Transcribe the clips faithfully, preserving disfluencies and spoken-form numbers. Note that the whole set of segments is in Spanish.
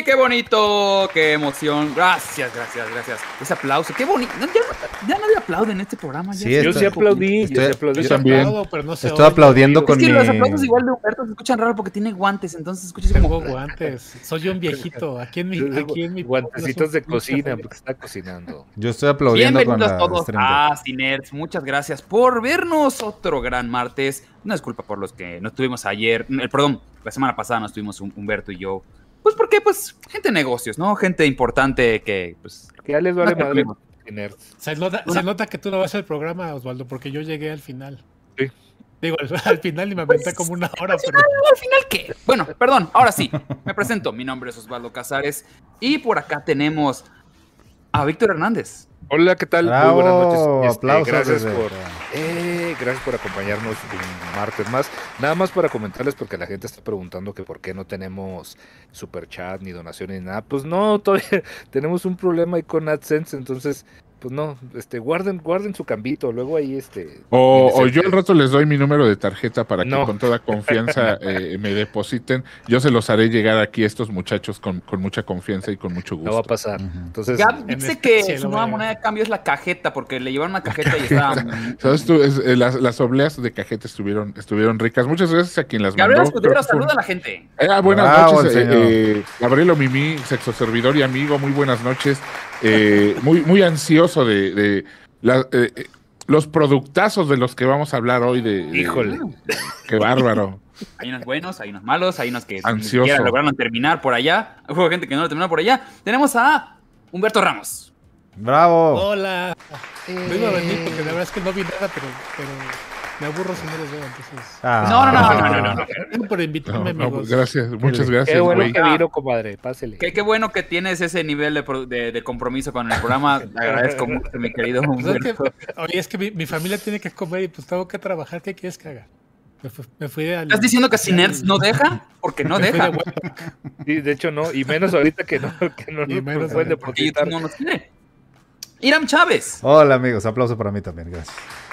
qué bonito, qué emoción. Gracias, gracias, gracias. Ese aplauso, qué bonito. No, ya, no, ya nadie aplaude en este programa. Ya sí, yo sí aplaudí. Estoy, yo sí aplaudí yo también. Aplaudo, pero no Estoy oye. aplaudiendo con Es que mi... los aplausos igual de Humberto se escuchan raro porque tiene guantes, entonces escuchas como... Tengo guantes. Soy yo un viejito. Aquí en mi... Aquí en mi Guantecitos de cocina, porque está cocinando. Yo estoy aplaudiendo con Bienvenidos la todos stream a Cinerds. Muchas gracias por vernos otro gran martes. Una disculpa por los que no estuvimos ayer. El, perdón, la semana pasada no estuvimos Humberto y yo. Pues porque, pues, gente de negocios, ¿no? Gente importante que, pues... Que ya les vale no madre. Se nota, se nota que tú no vas al programa, Osvaldo, porque yo llegué al final. Sí. Digo, al, al final y me aventé Pues, como una hora, al pero... final, ¿al final qué? Bueno, perdón, ahora sí. Me presento. Mi nombre es Osvaldo Casares. Y por acá tenemos a Víctor Hernández. Hola, ¿qué tal? Bravo, Muy buenas noches. Este, aplausos gracias desde- por eh, gracias por acompañarnos un martes más. Nada más para comentarles porque la gente está preguntando que por qué no tenemos super chat ni donaciones ni nada. Pues no, todavía tenemos un problema ahí con AdSense, entonces pues no, este guarden guarden su cambito, luego ahí este O, o les- yo al rato les doy mi número de tarjeta para que No. con toda confianza eh, me depositen. Yo se los haré llegar aquí a estos muchachos con, con mucha confianza y con mucho no va a gusto. pasar. Ujú. Entonces, Gab en dice especie que lo su voy nueva a- moneda de cambio es la cajeta, porque le llevaron una cajeta y estaba... ¿Sabes tú? Es, eh, las, las obleas de cajeta estuvieron, estuvieron ricas. Muchas gracias a quien las Gabriel mandó. Escudero, Creo que fue un- saluda a la gente. Eh, ah, buenas Bravo, noches, eh, señor. eh, Gabriel Mimi, sexo servidor y amigo, muy buenas noches. Eh, muy, muy ansioso de, de la- eh, eh, los productazos de los que vamos a hablar hoy. De, de- híjole. Qué bárbaro. Hay unos buenos, hay unos malos, hay unos que ni Ansioso. siquiera lograron terminar por allá. Hubo gente que no lo terminó por allá. Tenemos a Humberto Ramos. ¡Bravo! Hola. No iba a venir porque la verdad es que no vi nada, pero, pero me aburro si no los veo, entonces... Ah. No, no, no, no, no, no, no. Gracias por invitarme, No, no, amigos. gracias, muchas Qué gracias, bueno güey. que vino, comadre, pásele. Qué, qué bueno que tienes ese nivel de, pro- de- de compromiso con el programa. Te agradezco mucho, mi querido Pues es que- Humberto. oye, es que mi, mi familia tiene que comer y pues tengo que trabajar. ¿Qué quieres que haga? Me, fu- me fui al... ¿Estás diciendo que Cinerds no deja? Porque no me fui deja. de vuelta. Sí, de hecho no, y menos ahorita que no, que no Y nos menos pueden ahorita. Porque depositar. YouTube no nos quiere. Iram Chávez. Hola amigos, aplauso para mí también, gracias.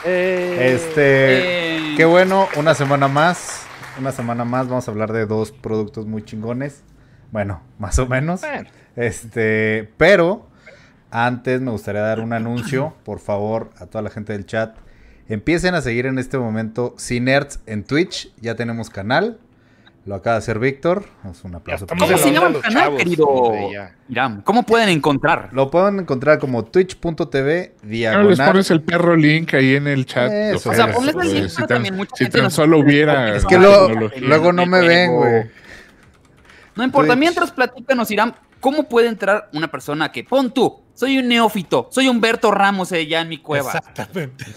Eh, Este, Eh, qué bueno, una semana más, una semana más vamos a hablar de dos productos muy chingones, bueno, más o menos, Bueno. este, pero antes me gustaría dar un anuncio, por favor, a toda la gente del chat, empiecen a seguir en este momento Cinerds en Twitch, ya tenemos canal, lo acaba de hacer Víctor, es un aplauso. Ya para ¿Cómo estamos se él. en la llama onda el los canal, chavos, querido hombre, ya. Iram? ¿Cómo pueden encontrar? Lo pueden encontrar como twitch punto tv No, les diagonal. pones el perro link ahí en el chat. Eso, O sea, Eso, ponles el eso, link, si pero tan, también mucha si gente tan nos- solo hubiera. Es que la lo- tecnología. luego no me ven, güey. No importa, Twitch. mientras platícanos, Iram, ¿cómo puede entrar una persona que, pon tú, soy un neófito, soy Humberto Ramos allá en mi cueva? Exactamente.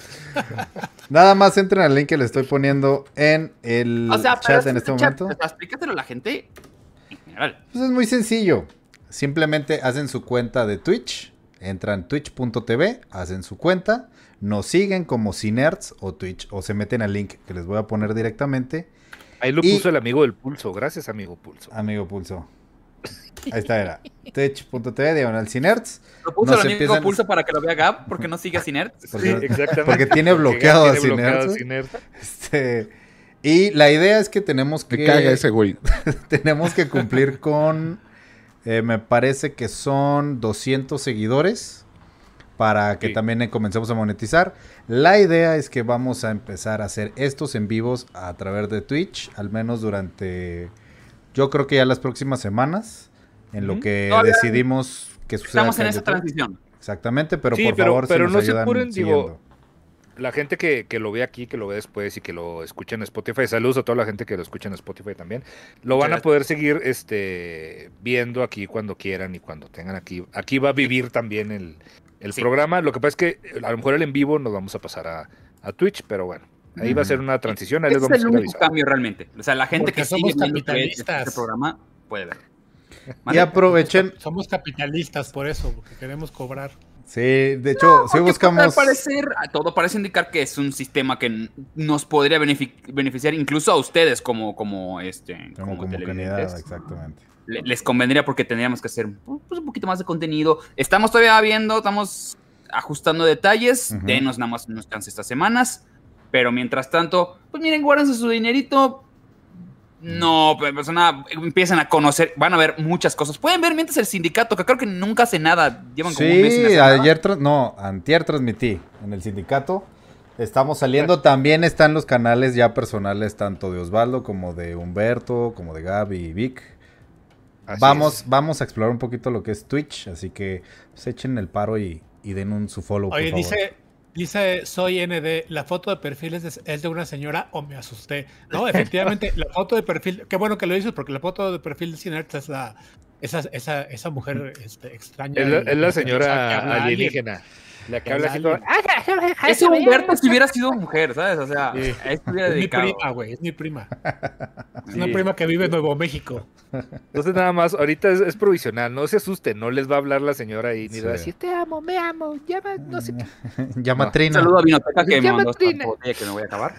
Nada más entren al link que le estoy poniendo en el O sea, pero chat en este chat, momento. o sea, explícatelo a la gente en general. Pues es muy sencillo. Simplemente hacen su cuenta de Twitch, entran twitch punto tv, hacen su cuenta, nos siguen como Cinerds o Twitch, o se meten al link que les voy a poner directamente. Ahí lo Y- puso el amigo del pulso. Gracias, amigo pulso. Amigo Pulso. Ahí está, era. twitch punto tv, diagonal Cinerds. Lo puso Nos el amigo empiezan- Pulso para que lo vea Gab, porque no sigue a Cinerds. Porque, exactamente. porque tiene bloqueado a Tiene bloqueado a Cinerds. Cinerds. Este, y la idea es que tenemos que... Me caga ese güey. tenemos que cumplir con, eh, me parece que son doscientos seguidores para que Sí. también eh, comencemos a monetizar. La idea es que vamos a empezar a hacer estos en vivos a través de Twitch, al menos durante, yo creo que ya las próximas semanas, en lo Ujú. que Todavía decidimos que suceda. Estamos acá en en esa YouTube. transición. Exactamente, pero Sí, por pero- favor, pero si no nos se ayudan apuren, digo, siguiendo. La gente que, que lo ve aquí, que lo ve después y que lo escucha en Spotify, saludos a toda la gente que lo escucha en Spotify también, lo Muchas van a poder seguir este viendo aquí cuando quieran y cuando tengan aquí. Aquí va a vivir también el, el Sí. programa. Lo que pasa es que a lo mejor el en vivo nos vamos a pasar a, a Twitch, pero bueno, ahí va a ser una transición, ahí les Ese vamos es a el ir único avisando. cambio realmente. O sea, la gente Porque que sigue somos viendo Twitch, capitalistas. este programa puede ver. Y ¿Vale? aprovechen, Somos capitalistas por eso, porque queremos cobrar. sí, de hecho, sí Porque buscamos... Al parecer, todo parece indicar que es un sistema que n- nos podría benefi- beneficiar incluso a ustedes como, como, este, Como como comunidad, televidentes. exactamente. Le- Les convendría porque tendríamos que hacer pues, un poquito más de contenido. Estamos todavía viendo, estamos ajustando detalles. Ujú. Denos nada más unos chance estas semanas. Pero mientras tanto, pues miren, guárdense su dinerito. No, pero persona empiezan a conocer, van a ver muchas cosas. Pueden ver mientras el sindicato, que creo que nunca hace nada. Llevan como un mes sin Sí, hacer nada. ayer, tra- no, antier transmití en el sindicato. Estamos saliendo, también están los canales ya personales, tanto de Osvaldo como de Humberto, como de Gaby y Vic. Así Vamos, es. vamos a explorar un poquito lo que es Twitch, así que pues, echen el paro y, y den un su follow, por Oye, favor. dice, dice Soy N D, la foto de perfil es de, es de una señora o me asusté. No, efectivamente, la foto de perfil, qué bueno que lo dices porque la foto de perfil de Cinerts es la, esa, esa, esa mujer este, extraña. Es la, y- es la que habla señora alienígena. La que habla así como... alien. Ese Humberto si hubiera sido mujer, ¿sabes? O sea, Sí. a esto hubiera Es mi dedicado. prima, güey, es mi prima. Es Sí. una prima que vive en Nuevo México. Entonces nada más, ahorita es, es provisional, no se asusten, no les va a hablar la señora y ni Sí. va a decir, te amo, me amo, llama, no sé qué. Llama No. Un Trina. saludo a Vinoteca que me Llama mandó esta Trina. botella que me voy a acabar.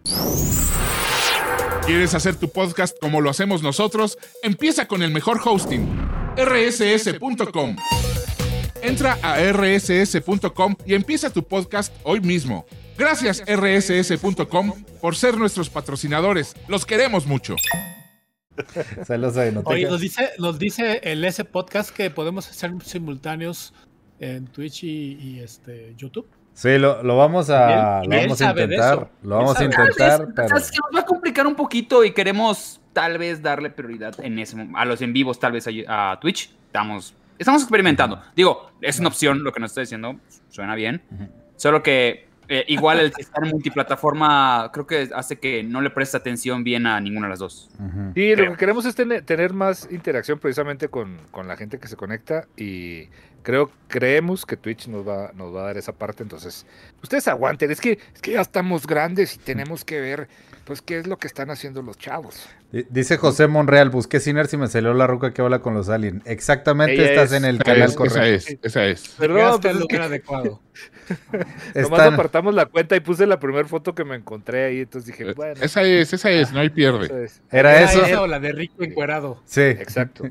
¿Quieres hacer tu podcast como lo hacemos nosotros? Empieza con el mejor hosting, erre ese ese punto com. Entra a erre ese ese punto com y empieza tu podcast hoy mismo. Gracias erre ese ese punto com por ser nuestros patrocinadores. Los queremos mucho. Saludos a Vinoteca. Oye, nos dice, nos dice el S Podcast que podemos hacer simultáneos en Twitch y, y, este YouTube. Sí, lo, lo vamos a, Y él- lo y él vamos a sabe de intentar. eso. Lo vamos a Él sabe. Tal intentar, vez, pero... o sea, se nos va a complicar un poquito y queremos tal vez darle prioridad en ese mom- a los en vivos, tal vez a, a Twitch. Estamos, estamos experimentando. Digo, es una opción lo que nos está diciendo, suena bien. Ujú. Solo que eh, igual el estar en multiplataforma creo que hace que no le preste atención bien a ninguna de las dos. Ujú. Sí, lo Creo. que queremos es tener, tener más interacción precisamente con, con la gente que se conecta y creo, creemos que Twitch nos va, nos va a dar esa parte, entonces ustedes aguanten, es que, es que ya estamos grandes y tenemos que ver pues qué es lo que están haciendo los chavos. Di- Dice José Monreal, busqué Ciner y me salió la ruca que habla con los aliens. Exactamente, Ella estás es- en el Esa canal es, esa correcto. es, esa es. Perdón, Llegaste pues al es que lugar adecuado. nomás Están- apartamos la cuenta y puse la primera foto que me encontré ahí, entonces dije, bueno, Esa es, esa es, no hay eso pierde. es. Era Era eso. esa o la de Rico encuerado. Sí, Exacto.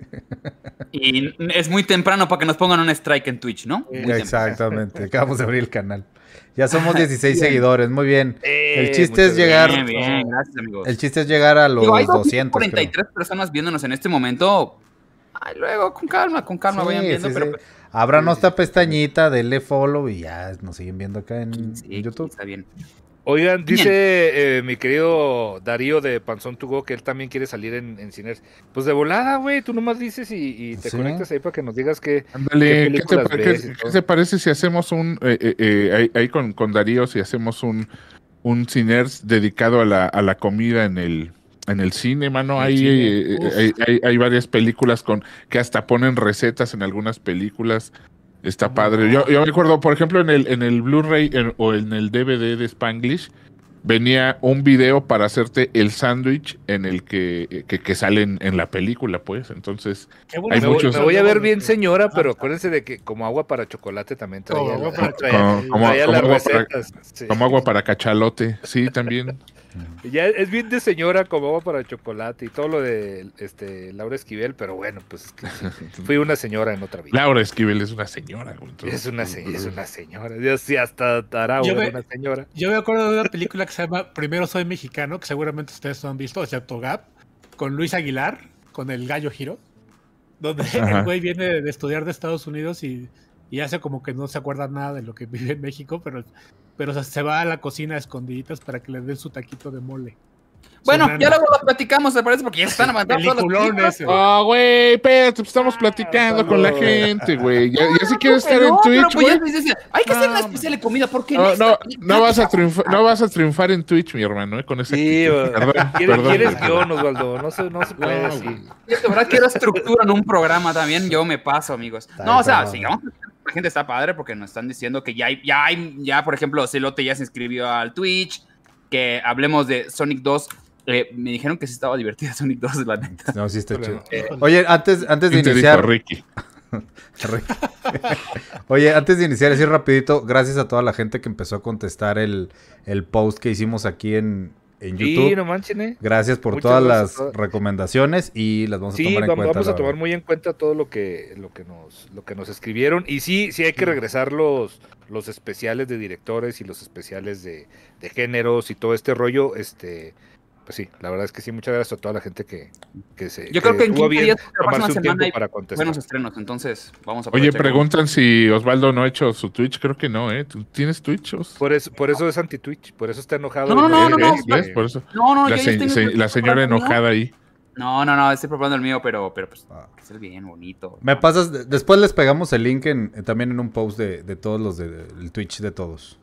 Y es muy temprano para que nos pongan un strike en Twitch, ¿no? Muy temprano. exactamente. Acabamos de abrir el canal. Ya somos dieciséis seguidores, muy bien. El Eh, chiste es muchas llegar- Bien, bien, gracias amigos. El chiste es llegar a los Digo, hay doscientos. cuarenta y tres creo. personas viéndonos en este momento. Ay, luego, con calma, con calma, Sí, vayan viendo. sí, pero sí. pues, Abran Sí, esta sí. pestañita, denle follow y ya nos siguen viendo acá en, sí, en YouTube. está bien. Oigan, Bien. dice eh, mi querido Darío de Panzón to Go que él también quiere salir en, en Cines. Pues de volada, güey, tú nomás dices y, y te Sí. conectas ahí para que nos digas que... Ándale, ¿Qué ¿qué, te, películas pa- ves qué- y qué todo? te parece si hacemos un, eh, eh, eh, ahí, ahí con, con Darío, si hacemos un, un Ciners dedicado a la, a la comida en el, en el cine, mano? El Hay, cine, eh, uf. hay, hay, hay varias películas con que hasta ponen recetas en algunas películas. Está padre. Yo, yo me acuerdo, por ejemplo, en el, en el Blu-ray en- o en el D V D de Spanglish, venía un video para hacerte el sándwich en el que, que, que sale en, en la película, pues. Entonces, Qué bueno. Hay Me, voy- muchos- me voy a ver bien Sí. señora, pero acuérdense de que como agua para chocolate también traía, Como agua la- para traía- Como- como- traía como las agua para- recetas. Sí. como agua para cachalote. Sí, también. Ya es bien de señora como agua para chocolate y todo lo de este Laura Esquivel, pero bueno, pues es que sí, fui una señora en otra vida. Laura Esquivel es una señora, güey. Entonces, Es una, se- es una señora. Yo sí, hasta Tarao Yo era me- una señora. Yo me acuerdo de una película que se llama Primero Soy Mexicano, que seguramente ustedes no han visto, excepto Gap, con Luis Aguilar, con el gallo Giro, donde Ajá. el güey viene de estudiar de Estados Unidos y, y hace como que no se acuerda nada de lo que vive en México, pero, pero se- se va a la cocina a escondiditas para que le den su taquito de mole. Bueno, Sonando. ya luego lo platicamos, ¿te parece? Porque ya están avanzando todas las Peliculón películas. ese. Ah, güey, espérate, pues estamos platicando con la no. gente, güey. Ya, ya si quieres estar No, en pero Twitch, pues ya güey. les decía, hay que hacer una No, especial de comida porque en No, esta no, película- no vas a triunfar, no vas a triunfar en Twitch, mi hermano, ¿eh? Con esa Sí, actitud. va. Perdón, ¿Quieres, perdón, quieres perdón. guión, Osvaldo? No se, no se puede No, así. güey. De verdad quiero estructura en un programa también, yo me paso, amigos. No, o sea, Está sigamos. La gente está padre porque nos están diciendo que ya hay, ya hay, ya por ejemplo, Celote ya se inscribió al Twitch, que hablemos de Sonic dos. Eh, me dijeron que sí estaba divertida Sonic dos, la neta. No, sí está Híjole, chido. no. Oye, antes, antes de ¿Quién te dijo, iniciar. Ricky? Oye, antes de iniciar, así rapidito, gracias a toda la gente que empezó a contestar el, el post que hicimos aquí en, en Sí, YouTube. no manchen, ¿eh? Gracias por Muchas todas gracias a las todos. recomendaciones y las vamos a Sí, tomar en vamos, cuenta. vamos a la tomar verdad. muy en cuenta todo lo que, lo que nos, lo que nos escribieron. Y sí, sí hay que regresar los, los especiales de directores y los especiales de, de géneros y todo este rollo. Este, pues sí, la verdad es que sí, muchas gracias a toda la gente que, que se Yo creo que en tuvo quince bien días, la próxima tomarse un semana tiempo hay para contestar. buenos estrenos, entonces vamos a Oye, aprovechar. preguntan si Osvaldo no ha hecho su Twitch. Creo que no, ¿eh? ¿Tú tienes Twitch, Os? Por eso, por eso es anti-Twitch, por eso está enojado. No, y no, no, quiere no, ¿Ves? que- ¿Ves? Por eso. No, no, La, yo ya se- estoy se- la señora preparando el mío. enojada ahí. No, no, no, estoy preparando el mío, pero, pero pues, Ah. que es el bien bonito. Me pasas, de- después les pegamos el link en, en- también en un post de, de todos los del de, el Twitch de todos.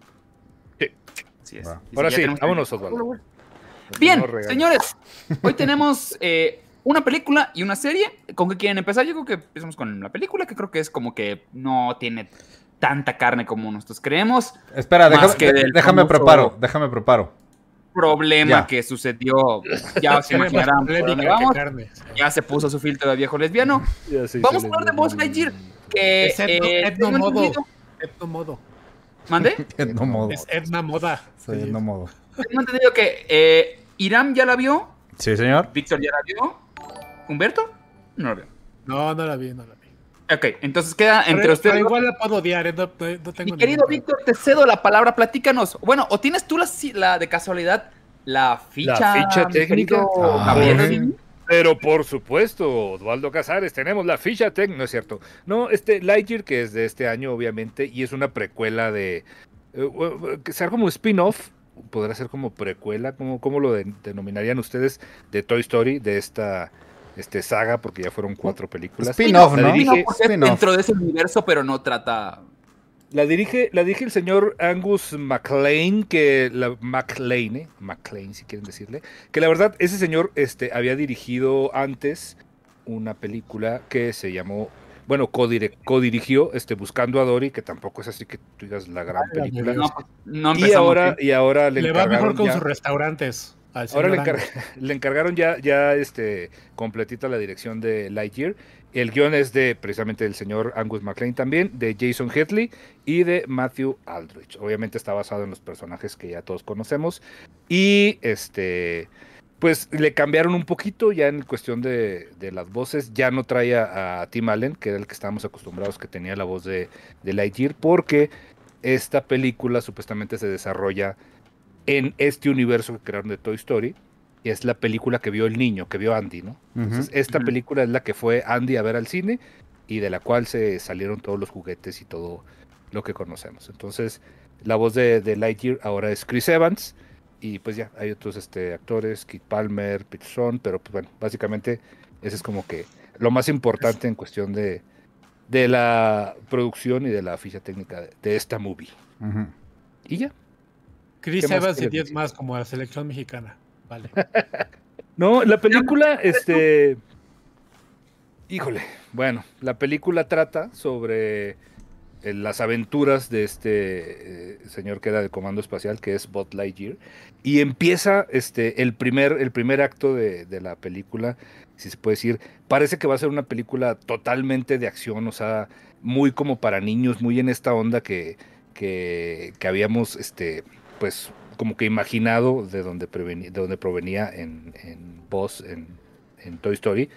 Así es. Va. Y Ahora ya sí, tenemos- vámonos, Osvaldo. Bien, No regañes. señores, hoy tenemos eh, una película y una serie. ¿Con qué quieren empezar? Yo creo que empezamos con la película, que creo que es como que no tiene tanta carne como nosotros creemos. Espera, Más déjame, que de- del déjame famoso- preparo, déjame preparo. Problema Ya. que sucedió, ya se Tiene más imaginarán por polémica dónde que vamos. carne. Ya se puso su filtro de viejo lesbiano. Ya se hizo Vamos a el- hablar de Buzz Lightyear. Que, Es etno, eh, etno tengo modo. entendido- Etno modo. ¿Mande? No modo. Es etna moda. Soy Sí. no modo. Tengo entendido que eh, Irán ya la vio, Sí, señor. Víctor ya la vio, Humberto no la vio. No, no la vi, no la vi. Ok, entonces queda entre Pero- ustedes. pero igual la puedo odiar, ¿eh? no, no- no tengo Mi querido ningún- Víctor, te cedo la palabra, platícanos. Bueno, ¿o tienes tú la, la de casualidad la ficha, La ficha mi técnica. querido Ah, Gabriel? sí. ¿Sí? Pero por supuesto, Osvaldo Casares, tenemos la ficha técnica, no es cierto. No, este Lightyear, que es de este año, obviamente, y es una precuela de... eh, uh, que sea como spin-off, podrá ser como precuela, ¿cómo, cómo lo de- denominarían ustedes? De Toy Story, de esta este, saga, porque ya fueron cuatro películas. Spin-off, La ¿no? dirige- No, porque es Spin-off. dentro de ese universo, pero no trata. La dirige, la dirige el señor Angus MacLean, que la MacLean, eh, MacLean si quieren decirle, que la verdad ese señor este, había dirigido antes una película que se llamó, bueno, codire- codirigió este, Buscando a Dory, que tampoco es así que tú digas la gran Ay, película. No, pues, no Y empezamos ahora, bien. y ahora le, Le va mejor encargaron con ya- sus restaurantes. al Ahora le, señor encar- Angus. le encargaron ya, ya este, completita la dirección de Lightyear. El guión es de precisamente del señor Angus MacLean también, de Jason Headley y de Matthew Aldrich. Obviamente está basado en los personajes que ya todos conocemos. Y este, pues le cambiaron un poquito ya en cuestión de, de las voces. Ya no trae a, a Tim Allen, que era el que estábamos acostumbrados que tenía la voz de, de Lightyear, porque esta película supuestamente se desarrolla en este universo que crearon de Toy Story. Y es la película que vio el niño, que vio Andy, ¿no? Entonces, Ujú. esta Ujú. película es la que fue Andy a ver al cine y de la cual se salieron todos los juguetes y todo lo que conocemos. Entonces, la voz de, de Lightyear ahora es Chris Evans y pues ya, hay otros este, actores, Kit Palmer, Peterson, pero pues bueno, básicamente ese es como que lo más importante en cuestión de, de la producción y de la ficha técnica de, de esta movie. Ujú. Y ya. Chris ¿Qué más Evans y quieres diez decir? más como la selección mexicana. Vale. No, la película, este... Híjole, bueno, la película trata sobre eh, las aventuras de este eh, señor que era de Comando Espacial, que es Buzz Lightyear, y empieza este, el, primer, el primer acto de, de la película, si se puede decir, parece que va a ser una película totalmente de acción, o sea, muy como para niños, muy en esta onda que, que, que habíamos, este, pues, como que imaginado de donde, provenía, de donde provenía en, en Buzz, en, en Toy Story.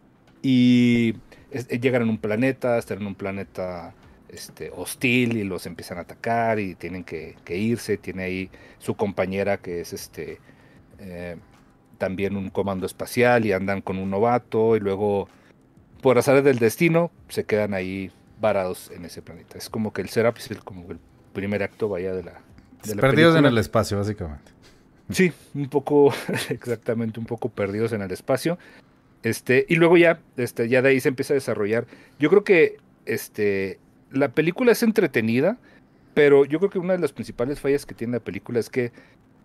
Y es- llegan a un planeta, están en un planeta este, hostil y los empiezan a atacar y tienen que, que irse. Tiene ahí su compañera que es este eh, también un comando espacial y andan con un novato y luego por azares del destino se quedan ahí varados en ese planeta. Es como que el setup es el, como el primer acto vaya de la... de la Perdidos en película. el espacio, básicamente. Sí, un poco, exactamente, un poco perdidos en el espacio. Este, y luego ya, este, ya de ahí se empieza a desarrollar. Yo creo que este, la película es entretenida, pero yo creo que una de las principales fallas que tiene la película es que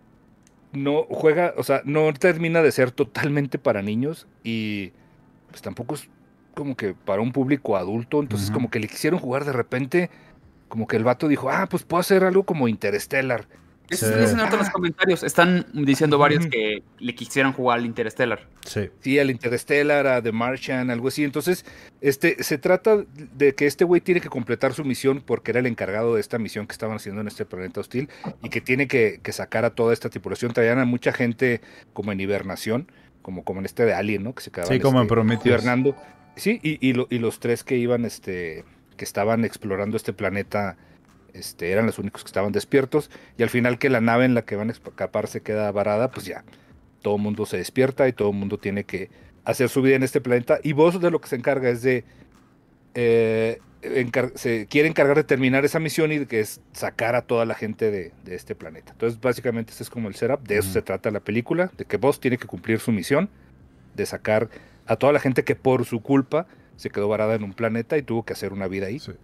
no juega, o sea, no termina de ser totalmente para niños y pues tampoco es como que para un público adulto. Entonces, Ujú. como que le quisieron jugar de repente, como que el vato dijo, ah, pues puedo hacer algo como Interstellar. Eso Sí. están diciendo ahorita en los comentarios. Están diciendo varios Ujú. que le quisieran jugar al Interstellar. Sí. Sí, al Interstellar, a The Martian, algo así. Entonces, este, se trata de que este güey tiene que completar su misión porque era el encargado de esta misión que estaban haciendo en este planeta hostil y que tiene que, que sacar a toda esta tripulación. Traían a mucha gente como en hibernación, como, como en este de Alien, ¿no? Que se quedaban Sí, como en este, Prometheus. hibernando. Sí, y, y, lo- y los tres que iban, este, que estaban explorando este planeta, este, eran los únicos que estaban despiertos. Y al final que la nave en la que van a escapar se queda varada, pues ya. todo el mundo se despierta y todo el mundo tiene que hacer su vida en este planeta. Y Buzz de lo que se encarga es de... Eh, encar- se quiere encargar de terminar esa misión y que es sacar a toda la gente de, de este planeta. Entonces, básicamente, ese es como el setup. De eso Ujú. se trata la película, de que Buzz tiene que cumplir su misión, de sacar a toda la gente que por su culpa se quedó varada en un planeta y tuvo que hacer una vida ahí. Sí.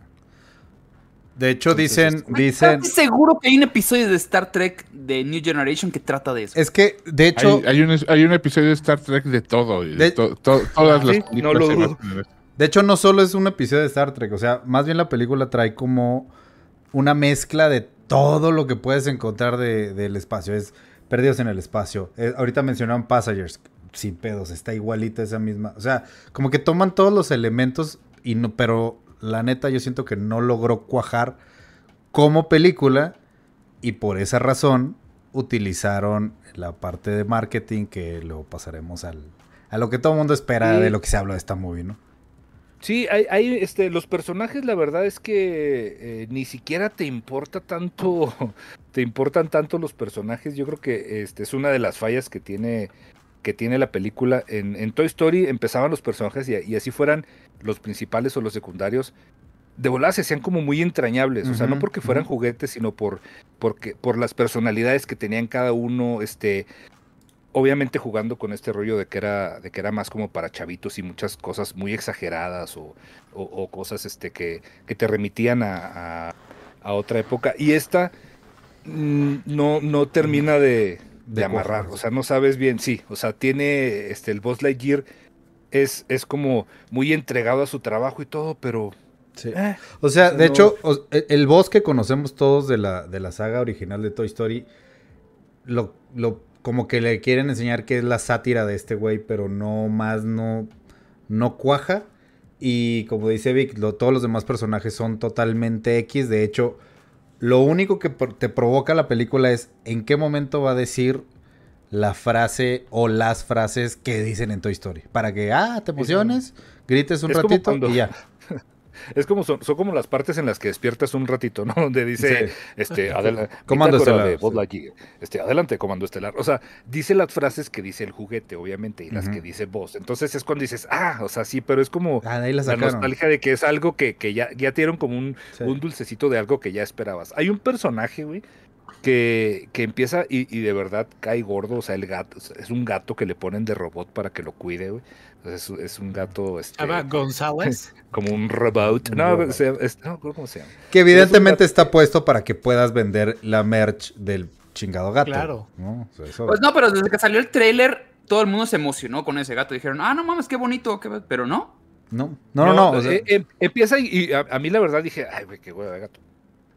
De hecho, Entonces, dicen, este- dicen, Estoy seguro que hay un episodio de Star Trek de New Generation que trata de eso. es que, de hecho, Hay, hay, un, hay un episodio de Star Trek de todo. y de De- to- to- todas las Sí, películas no lo se dudo. basan en eso. de hecho, no solo es un episodio de Star Trek, o sea, más bien la película trae como una mezcla de todo lo que puedes encontrar de- del espacio. Es Perdidos en el Espacio. Eh, ahorita mencionaban Passengers, sin pedos, está igualita esa misma. O sea, como que toman todos los elementos, y no, pero la neta yo siento que no logró cuajar como película, y por esa razón utilizaron la parte de marketing que lo pasaremos al, a lo que todo el mundo espera Sí. de lo que se habla de esta movie, ¿no? Sí, hay, hay, este, los personajes, la verdad es que eh, ni siquiera te importa tanto, te importan tanto los personajes. Yo creo que este es una de las fallas que tiene, que tiene la película. En, en Toy Story empezaban los personajes y, y así fueran los principales o los secundarios, de volada se hacían como muy entrañables. O sea, no Ujú, porque fueran ujú. juguetes, sino por, porque, por las personalidades que tenían cada uno, este... Obviamente jugando con este rollo de que era de que era más como para chavitos y muchas cosas muy exageradas o, o, o cosas este que, que te remitían a, a, a otra época. Y esta mm, no, no termina de, de, De amarrar. cuajar. O sea, no sabes bien. Sí, o sea, tiene este el Buzz Lightyear es, es como muy entregado a su trabajo y todo, pero Sí. eh, O sea, o sea, de no- hecho, o- el, el boss que conocemos todos de la, de la saga original de Toy Story, lo, lo, como que le quieren enseñar que es la sátira de este güey, pero no más, no, no cuaja. Y como dice Vic, lo- todos los demás personajes son totalmente X. De hecho, lo único que por- te provoca la película es en qué momento va a decir la frase o las frases que dicen en Toy Story. Para que, ah, te emociones, grites un Es como ratito cuando- y ya. es como son, son como las partes en las que despiertas un ratito, ¿no? Donde dice Sí. este adelante, Comando estelar, de Buzz sí. Lightyear, este adelante comando estelar. O sea, dice las frases que dice el juguete, obviamente, y las Ujú. que dice Buzz. Entonces es cuando dices, ah, o sea, sí, pero es como Ah, de ahí la la sacaron. nostalgia de que es algo que, que ya, ya te dieron como un, Sí. un dulcecito de algo que ya esperabas. Hay un personaje, güey, que, que empieza y, y de verdad cae gordo, o sea, el gato, o sea, es un gato que le ponen de robot para que lo cuide, güey. Es, es un gato, este, Se llama González. como un robot. Un No, robot. se- es- no, ¿cómo se llama? Que evidentemente gato está que- puesto para que puedas vender la merch del chingado gato. Claro. ¿No? O sea, eso- Pues no, pero desde que salió el tráiler, todo el mundo se emocionó con ese gato. Dijeron, ah, no mames, qué bonito, qué... pero no. no, no, no, no, o sea, eh, eh, empieza y, y a, a mí la verdad dije, ay, güey, qué hueva de gato.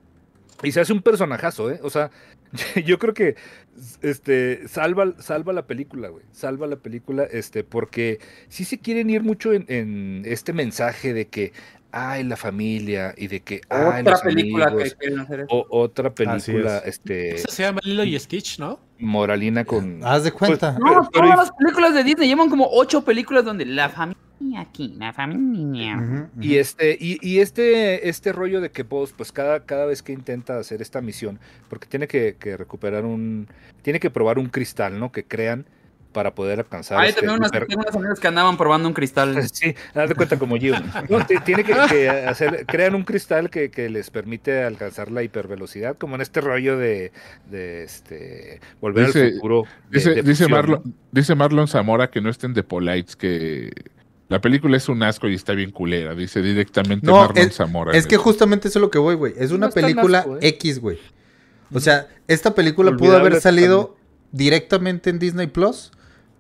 Y se hace un personajazo, ¿eh? O sea, yo creo que este salva, salva la película, güey. Salva la película, este, porque sí se quieren ir mucho en, en este mensaje de que, ay, la familia, y de que, ay, Otra los película amigos, que quieren hacer eso. o otra Así película, es. este, Eso se llama Lilo y Stitch, ¿no? moralina con... haz de cuenta. Pues, No, pero- todas las películas de Disney llevan como ocho películas donde la familia aquí, la familia. Ujú, ujú. Y este, y, y este, este rollo de que Buzz, pues cada, cada vez que intenta hacer esta misión, porque tiene que, que recuperar un, tiene que probar un cristal, ¿no? Que crean para poder alcanzar. Ahí este también unas, hiper- tengo unas amigas que andaban probando un cristal. Sí, haz de cuenta como Gio. No, te- tiene que, que hacer, crean un cristal que, que les permite alcanzar la hipervelocidad, como en este rollo de, de este volver Dice- al futuro. de- Dice, de dice, fusión, Marlon, ¿no? dice Marlon Zamora que no estén de Polites, que la película es un asco y está bien culera. Dice directamente No, Marlon es, Zamora. es que justamente eso es lo que voy, güey. Es No una es tan película asco, ¿eh? X, güey. O sea, esta película pudo Olvidable haber salido totalmente. directamente en Disney Plus.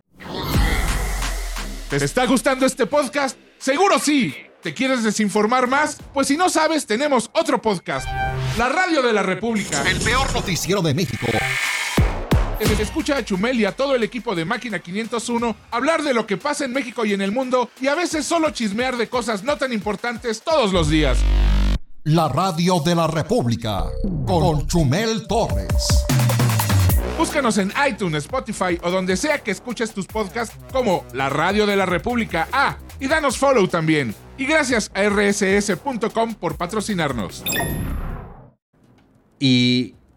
¿Te está gustando este podcast? Seguro sí. ¿Te quieres desinformar más? Pues si no sabes, tenemos otro podcast. La Radio de la República. El peor noticiero de México. Escucha a Chumel y a todo el equipo de Máquina quinientos uno hablar de lo que pasa en México y en el mundo y a veces solo chismear de cosas no tan importantes todos los días. La Radio de la República. Con Chumel Torres. Búscanos en iTunes, Spotify o donde sea que escuches tus podcasts como La Radio de la República. Ah, y danos follow también. Y gracias a erre ese ese punto com por patrocinarnos. Y,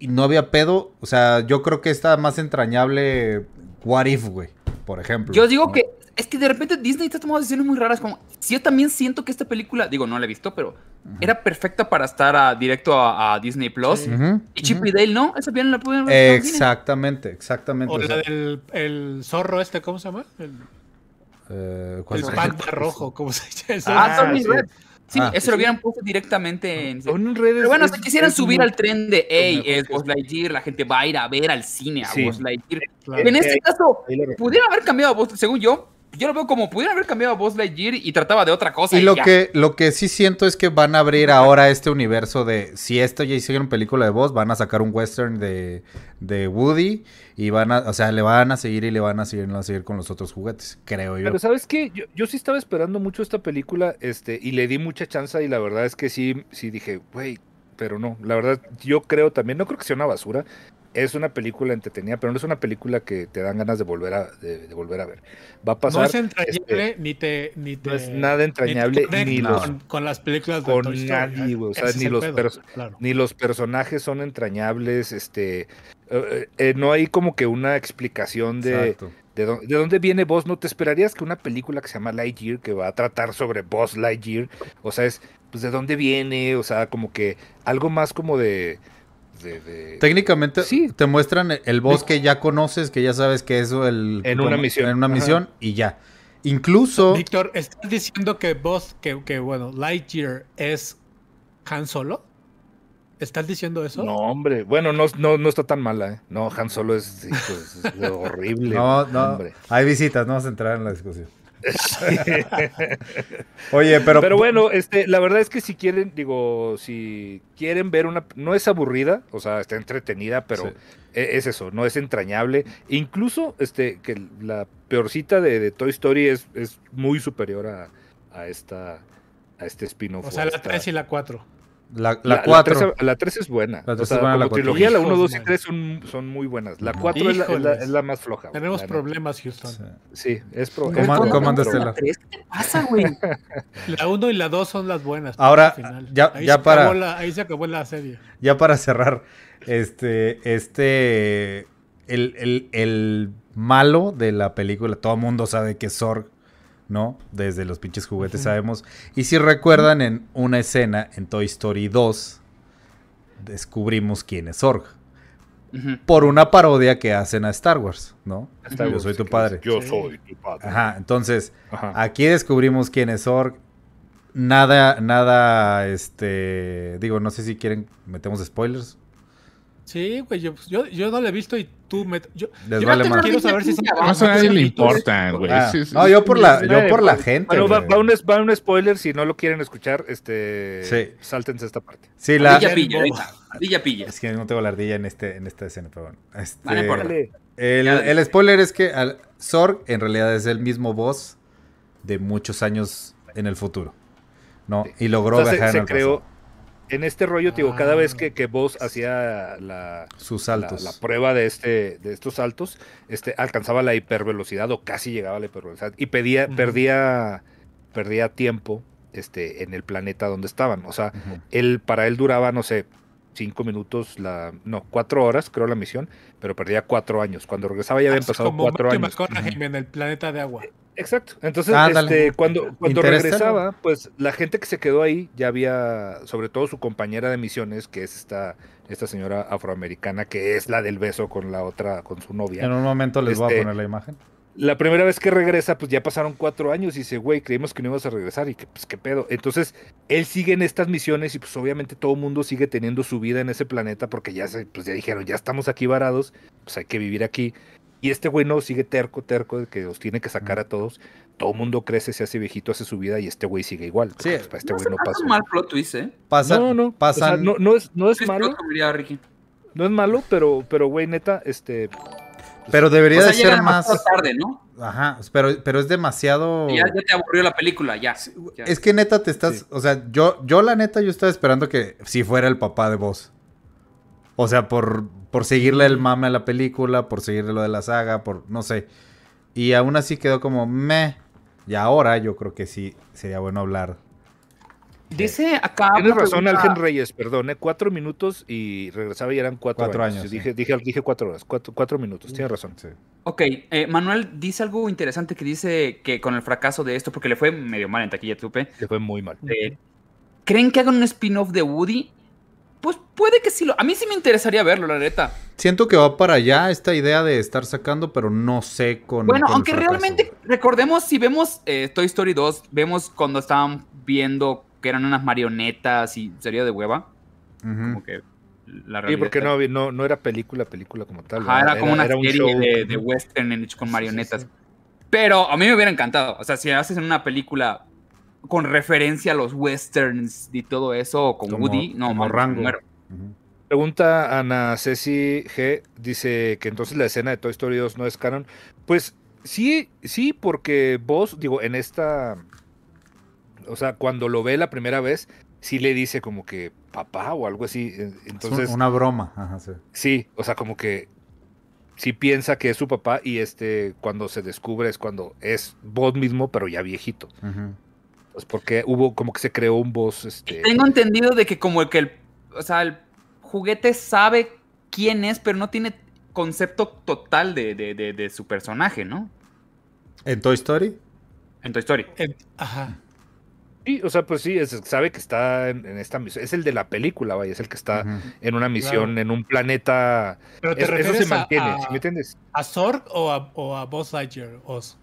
y no había pedo. O sea, yo creo que está más entrañable What If, güey, por ejemplo. Yo digo ¿no? que es que de repente Disney está tomando decisiones muy raras. Como, si yo también siento que esta película, digo, no la he visto, pero uh-huh. era perfecta para estar a, directo a, a Disney Plus. Sí. Uh-huh. Y Chip uh-huh. y Dale, ¿no? Esa bien la pudieron ver. Exactamente, exactamente. O, o la del el zorro este, ¿cómo se llama? El, eh, el panda rojo, ¿cómo se llama? Ah, Tony sí. Red. Sí, ah, eso sí, lo hubieran puesto directamente en... en redes, pero bueno, es, si quisieran es subir muy... al tren de, hey, es Buzz Lightyear, la gente va a ir a ver al cine a sí. Buzz Lightyear. Claro. En este caso, pudieran haber cambiado a Buzz, según yo, yo lo veo como pudieran haber cambiado a Buzz Lightyear y trataba de otra cosa. Y, y lo, ya. que, lo que sí siento es que van a abrir ahora este universo de, si esto ya hicieron película de Buzz, van a sacar un western de, de Woody y van a, o sea, le van a seguir y le van a seguir, van a seguir con los otros juguetes, creo yo. Pero ¿sabes qué? Yo, yo sí estaba esperando mucho esta película, este, y le di mucha chance y la verdad es que sí, sí dije, güey, pero no, la verdad, yo creo también, no creo que sea una basura. Es una película entretenida, pero no es una película que te dan ganas de volver a, de, de volver a ver. Va a pasar. No es entrañable este, ni te. Ni te no es nada entrañable ni, ni los, con, con las películas de con Toy Story, nadie, o sea, ni los, per, claro. ni los personajes son entrañables. Este, eh, eh, no hay como que una explicación de. De, do, ¿De dónde viene Buzz? No te esperarías que una película que se llama Lightyear, que va a tratar sobre Buzz Lightyear, o sea, es, pues, ¿de dónde viene? O sea, como que algo más como de. De, de... Técnicamente sí. te muestran el Buzz que ya conoces, que ya sabes que es el... En una misión. En una misión Ajá. y ya. Incluso... Víctor, ¿estás diciendo que Buzz, que, que bueno, Lightyear es Han Solo? ¿Estás diciendo eso? No, hombre. Bueno, no, no, no está tan mala, ¿eh? No, Han Solo es, es, es horrible. No, no. Hombre. Hay visitas, no vamos a entrar en la discusión. Oye, pero pero bueno, este, la verdad es que si quieren, digo, si quieren ver una, no es aburrida, o sea, está entretenida, pero sí. es eso, no es entrañable. Incluso, este, que la peorcita de, de Toy Story es, es muy superior a, a esta, a este spin-off. O sea, la tres y la cuatro. La, la, cuatro. La tres es buena. La o sea, buena, como la trilogía, la uno, dos y tres son, son muy buenas. La cuatro es la, es, la, es la más floja. Tenemos problemas, Houston. Sí, sí es pro ¿Cómo, es ¿cómo andas, Estela? ¿Qué te pasa, güey? La uno y la dos son las buenas. Ahora, ya, ahí ya para... La, ahí se acabó la serie. Ya para cerrar, este... este el, el, el malo de la película, todo el mundo sabe que es Zorg, ¿no? Desde los pinches juguetes uh-huh. sabemos. Y si recuerdan, en una escena en Toy Story dos, descubrimos quién es Zorg. Uh-huh. Por una parodia que hacen a Star Wars, ¿no? Star Wars, yo soy tu padre. Yo sí. soy tu padre. Ajá, entonces, Ajá. aquí descubrimos quién es Zorg. Nada, nada, este... Digo, no sé si quieren, metemos spoilers. Sí, güey, yo, yo, yo no lo he visto y tú me... Yo, Les yo vale no quiero saber si... No, a nadie le importa, güey. Ah, sí, sí, no, yo por la, yo por la gente. Bueno, va, va, un, va un spoiler, si no lo quieren escuchar, este... Sí. Sáltense esta parte. Sí, la... Ardilla pilla, ardilla pilla. Es que no tengo la ardilla en, este, en esta escena, pero bueno. Este, vale, vale. el, el spoiler es que al Zorg en realidad es el mismo boss de muchos años en el futuro, ¿no? Sí. Y logró o sea, viajar se, en el se creó... pasado. En este rollo, digo, ah, cada vez que, que Buzz hacía la, sus saltos. La, la prueba de este de estos saltos, este alcanzaba la hipervelocidad o casi llegaba a la hipervelocidad y pedía, uh-huh. perdía perdía tiempo este en el planeta donde estaban. O sea, uh-huh. él para él duraba, no sé, cinco minutos, la no, cuatro horas, creo, la misión, pero perdía cuatro años. Cuando regresaba ya habían pasado como cuatro años. Uh-huh. En el planeta de agua. Exacto. Entonces, ah, este, cuando, cuando regresaba, pues la gente que se quedó ahí ya había, sobre todo su compañera de misiones, que es esta, esta señora afroamericana, que es la del beso con la otra, con su novia. En un momento les este, voy a poner la imagen. La primera vez que regresa, pues ya pasaron cuatro años y dice, güey, creímos que no ibas a regresar y que, pues, qué pedo. Entonces, él sigue en estas misiones y pues obviamente todo el mundo sigue teniendo su vida en ese planeta porque ya se, pues ya dijeron, ya estamos aquí varados, pues hay que vivir aquí. Y este güey no sigue terco, terco, de que los tiene que sacar a todos. Todo el mundo crece, se hace viejito, hace su vida y este güey sigue igual. Sí, pues, para este no güey no pasa. No mal plot twist, ¿eh? Pasa, no, no, pasan... o sea, no, no es, no es sí, malo. Ricky. No es malo, pero, pero güey, neta, este... Pues, pero debería o sea, de ser más... tarde, ¿no? Ajá, pero, pero es demasiado... Ya, ya te aburrió la película, ya. ya. Es que neta te estás... Sí. O sea, yo, yo la neta, yo estaba esperando que si fuera el papá de Buzz. O sea, por, por seguirle el mame a la película, por seguirle lo de la saga, por no sé. Y aún así quedó como meh. Y ahora yo creo que sí sería bueno hablar Dice acá. Tienes una razón, pregunta- Algen Reyes, perdón, ¿eh? cuatro minutos y regresaba y eran cuatro, Cuatro años. años, Sí, sí. Dije, dije, dije cuatro horas, cuatro, cuatro minutos, tienes razón. Sí. Ok, eh, Manuel dice algo interesante que dice que con el fracaso de esto, porque le fue medio mal en taquilla, supe. Le fue muy mal. eh, ¿Creen que hagan un spin-off de Woody? Pues puede que sí lo. A mí sí me interesaría verlo, la neta. Siento que va para allá esta idea de estar sacando, pero no sé con. Bueno, con el aunque fracaso. realmente, recordemos, si vemos eh, Toy Story dos, vemos cuando estaban viendo que eran unas marionetas y sería de hueva. Ujú. Como que la realidad. Sí, porque no, había- no, no era película, película como tal. Ajá, ¿verdad? era como una era un serie show. de, de Ujú. western en- hecho con Sí, sí, marionetas. sí. Pero a mí me hubiera encantado. O sea, si haces en una película con referencia a los westerns y todo eso, o con Como- Woody, no, como mames, Rango. muero. Ujú. Pregunta Ana Ceci G, dice que entonces la escena de Toy Story dos no es canon. Pues sí, sí, porque vos, digo, en esta, o sea, cuando lo ve la primera vez, sí le dice como que papá o algo así. eh, Es Entonces, un- una broma. Ajá, sí. sí, o sea, como que sí piensa que es su papá y este, cuando se descubre es cuando es vos mismo, pero ya viejito. Ujú. Pues porque hubo como que se creó un voz, este... Tengo entendido de que como el que el, o sea, el juguete sabe quién es, pero no tiene concepto total de, de, de, de su personaje, ¿no? En Toy Story. En Toy Story. En- ajá. Sí, o sea, pues sí, es- sabe que está en, en esta misión. Es el de la película, vaya, es el que está Ujú. en una misión, Claro. en un planeta. Pero te Es- eso refieres se a- mantiene, a, ¿sí me entiendes? ¿A Zorg o a, o a Buzz Lightyear? Oz?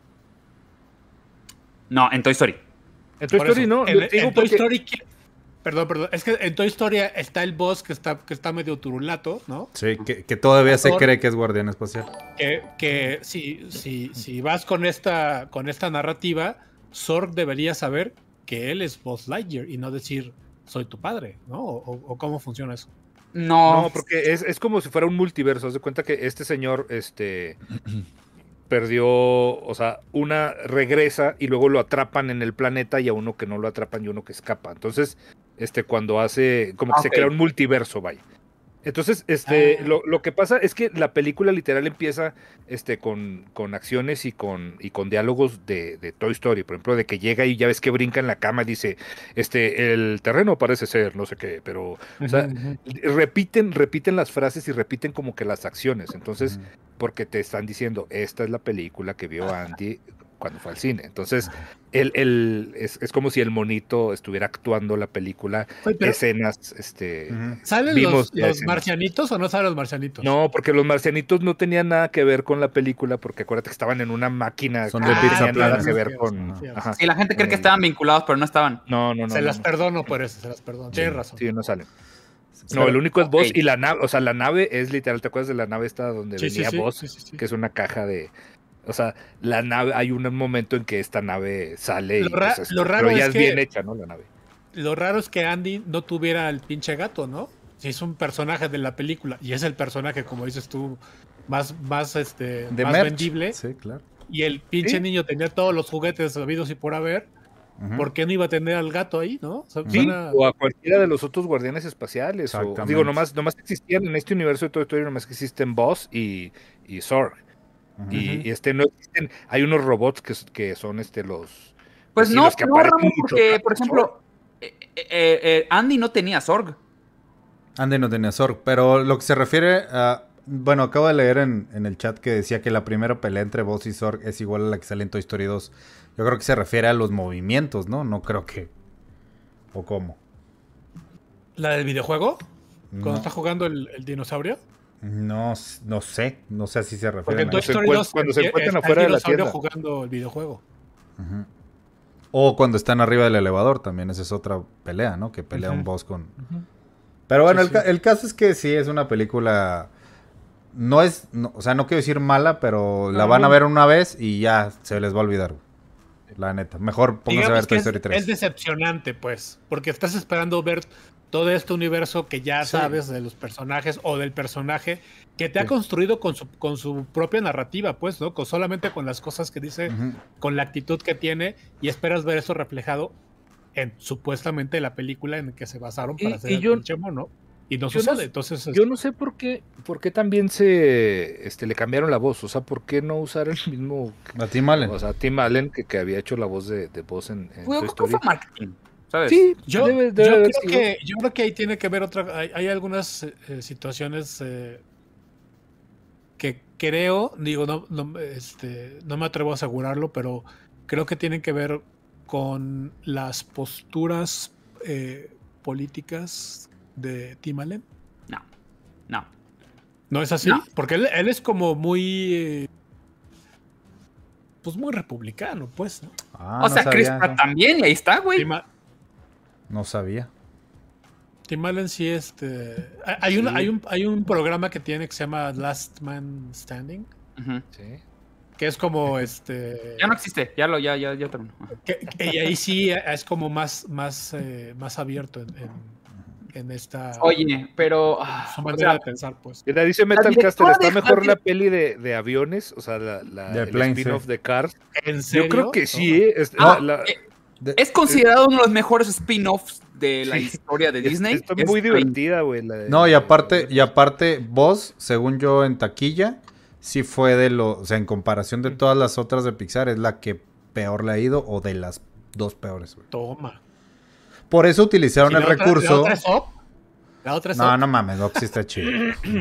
No, en Toy Story. En Toy Por Story eso, no, En, te digo en Toy porque- Story. ¿qui- Perdón, perdón. Es que en Toy Story está el boss que está, que está medio turulato, ¿no? Sí, que, que todavía se Thor. cree que es guardián espacial. Que, que si, si, si vas con esta, con esta narrativa, Zorg debería saber que él es Buzz Lightyear y no decir soy tu padre, ¿no? O, o cómo funciona eso. No, No, porque es, es como si fuera un multiverso. Haz de cuenta que este señor, este, perdió, o sea, una regresa y luego lo atrapan en el planeta y a uno que no lo atrapan y uno que escapa. Entonces, este, cuando hace, como que Ah, se ok. crea un multiverso, vaya. Entonces, este, Ah. lo, lo que pasa es que la película literal empieza, este, con, con acciones y con, y con diálogos de, de Toy Story, por ejemplo, de que llega y ya ves que brinca en la cama y dice, este, el terreno parece ser, no sé qué, pero, o sea, repiten, repiten las frases y repiten como que las acciones. Entonces, Ujú. porque te están diciendo, esta es la película que vio Andy cuando fue al cine. Entonces, el, el, es, es como si el monito estuviera actuando la película, Oye, pero- escenas, este... Ujú. ¿Salen Vimos los, ya los escenas. marcianitos o no salen los marcianitos? No, porque los marcianitos no tenían nada que ver con la película, porque acuérdate que estaban en una máquina Son que de no Pizza tenía nada Planet. que ver Sí, con... sí, sí. Ajá. sí, la gente cree que Eh, estaban vinculados, pero no estaban. No, no, no. se no, las no. perdono por eso, se las perdono. Tienes razón. Sí, no salen. No, Pero- el único es Buzz ok. y la nave, o sea, la nave es literal, ¿te acuerdas de la nave esta donde Sí, sí, venía sí, Buzz? sí, sí, sí. Que es una caja de... O sea, la nave, hay un momento en que esta nave sale y Lo ra- pues, lo raro pero ya es es que- bien hecha, ¿no? La nave. Lo raro es que Andy no tuviera el pinche gato, ¿no? Si es un personaje de la película y es el personaje, como dices tú, más, más, este, De más merch. vendible, Sí, claro. y el pinche Sí. niño tenía todos los juguetes habidos y por haber, Ujú. ¿por qué no iba a tener al gato ahí, no? O sea, Sí, suena- o a cualquiera de los otros guardianes espaciales. O, Exactamente. digo, nomás, nomás existían en este universo de Toy Story, nomás que existen Buzz y, y Zorg. Ujú. Y, Ujú. y este no existen, hay unos robots que, que son este los... Pues sí, no, los que no, aparecen Ramón, mucho porque, más por que ejemplo, eh, eh, eh, Andy no tenía Zorg. Andy no tenía Zorg, pero lo que se refiere a... Bueno, acabo de leer en, en el chat que decía que la primera pelea entre Buzz y Zorg es igual a la que sale en Toy Story dos. Yo creo que se refiere a los movimientos, ¿no? No creo que... ¿O cómo? ¿La del videojuego? Cuando No, está jugando el, el dinosaurio. no, no sé. No sé si se Porque refiere en a Toy se Story encuent- dos cuando se está encuentran el afuera de la dinosaurio tienda. jugando el videojuego. Ujú. O cuando están arriba del elevador también. Esa es otra pelea, ¿no? Que pelea Ujú. un Buzz con... Pero bueno, Sí, el, ca- sí. el caso es que sí es una película... No es... no- o sea, no quiero decir mala, pero la No, van a no. ver una vez y ya se les va a olvidar. güey. La neta. Mejor pónganse a ver Digamos que Toy es, Story es tres. decepcionante, pues, porque estás esperando ver todo este universo que ya Sí. sabes de los personajes o del personaje que te ha Sí. construido con su, con su propia narrativa, pues, ¿no? Con, solamente con las cosas que dice, Ujú. con la actitud que tiene, y esperas ver eso reflejado en supuestamente la película en que se basaron para Y- hacer y el yo- pinche mono. Y no yo no sucede, sé- entonces... Yo no sé por qué, por qué también se este, le cambiaron la voz. O sea, ¿por qué no usar el mismo? A Tim Allen. O sea, Tim Allen, que, que había hecho la voz de, de Buzz en, en Fue, Toy creo que fue Story. marketing. ¿sabes? Sí, Yo, debe- debe yo haber creo sido. que, yo creo que ahí tiene que ver otra. Hay, hay algunas eh, situaciones eh, que creo, digo, no, no, este, no me atrevo a asegurarlo, pero creo que tienen que ver con las posturas eh, políticas de Tim Allen. No, no. ¿No es así? No. Porque él, él es como muy. eh, pues muy republicano, pues, ¿no? Ah, o no sea, Chris sabía Pratt eso. también, y ahí está, güey. Tim, A- No sabía. Tim Allen sí, este. hay- Hay, un, Sí. hay, un, hay un programa que tiene que se llama Last Man Standing, Ujú. Sí. que es como este. Ya no existe, ya lo, ya, ya, ya terminó. que- que- y ahí sí es como más, más, eh, más abierto en, en- en esta. Oye, pero. en ah, su o manera sea, de pensar, pues. Mira, dice Metalcaster, directora está de mejor Harry- la peli de, de aviones, o sea, la, la, De el Planes, spin-off sí. de Cars. ¿En serio? Yo creo que sí, No. ¿eh? Es, Ah, la- la- eh, De- es considerado uno de los mejores spin-offs de la Sí. historia de es- Disney. está Es muy Planes. divertida, güey. la de- No, y de aparte, aviones. y aparte, vos, según yo en taquilla, sí fue de lo, o sea, en comparación de todas las otras de Pixar, es la que peor le ha ido o de las dos peores, güey. Toma. Por eso utilizaron ¿Y el la otra- recurso. ¿La otra es Up? ¿La otra es No, Up? no mames, no existe chido.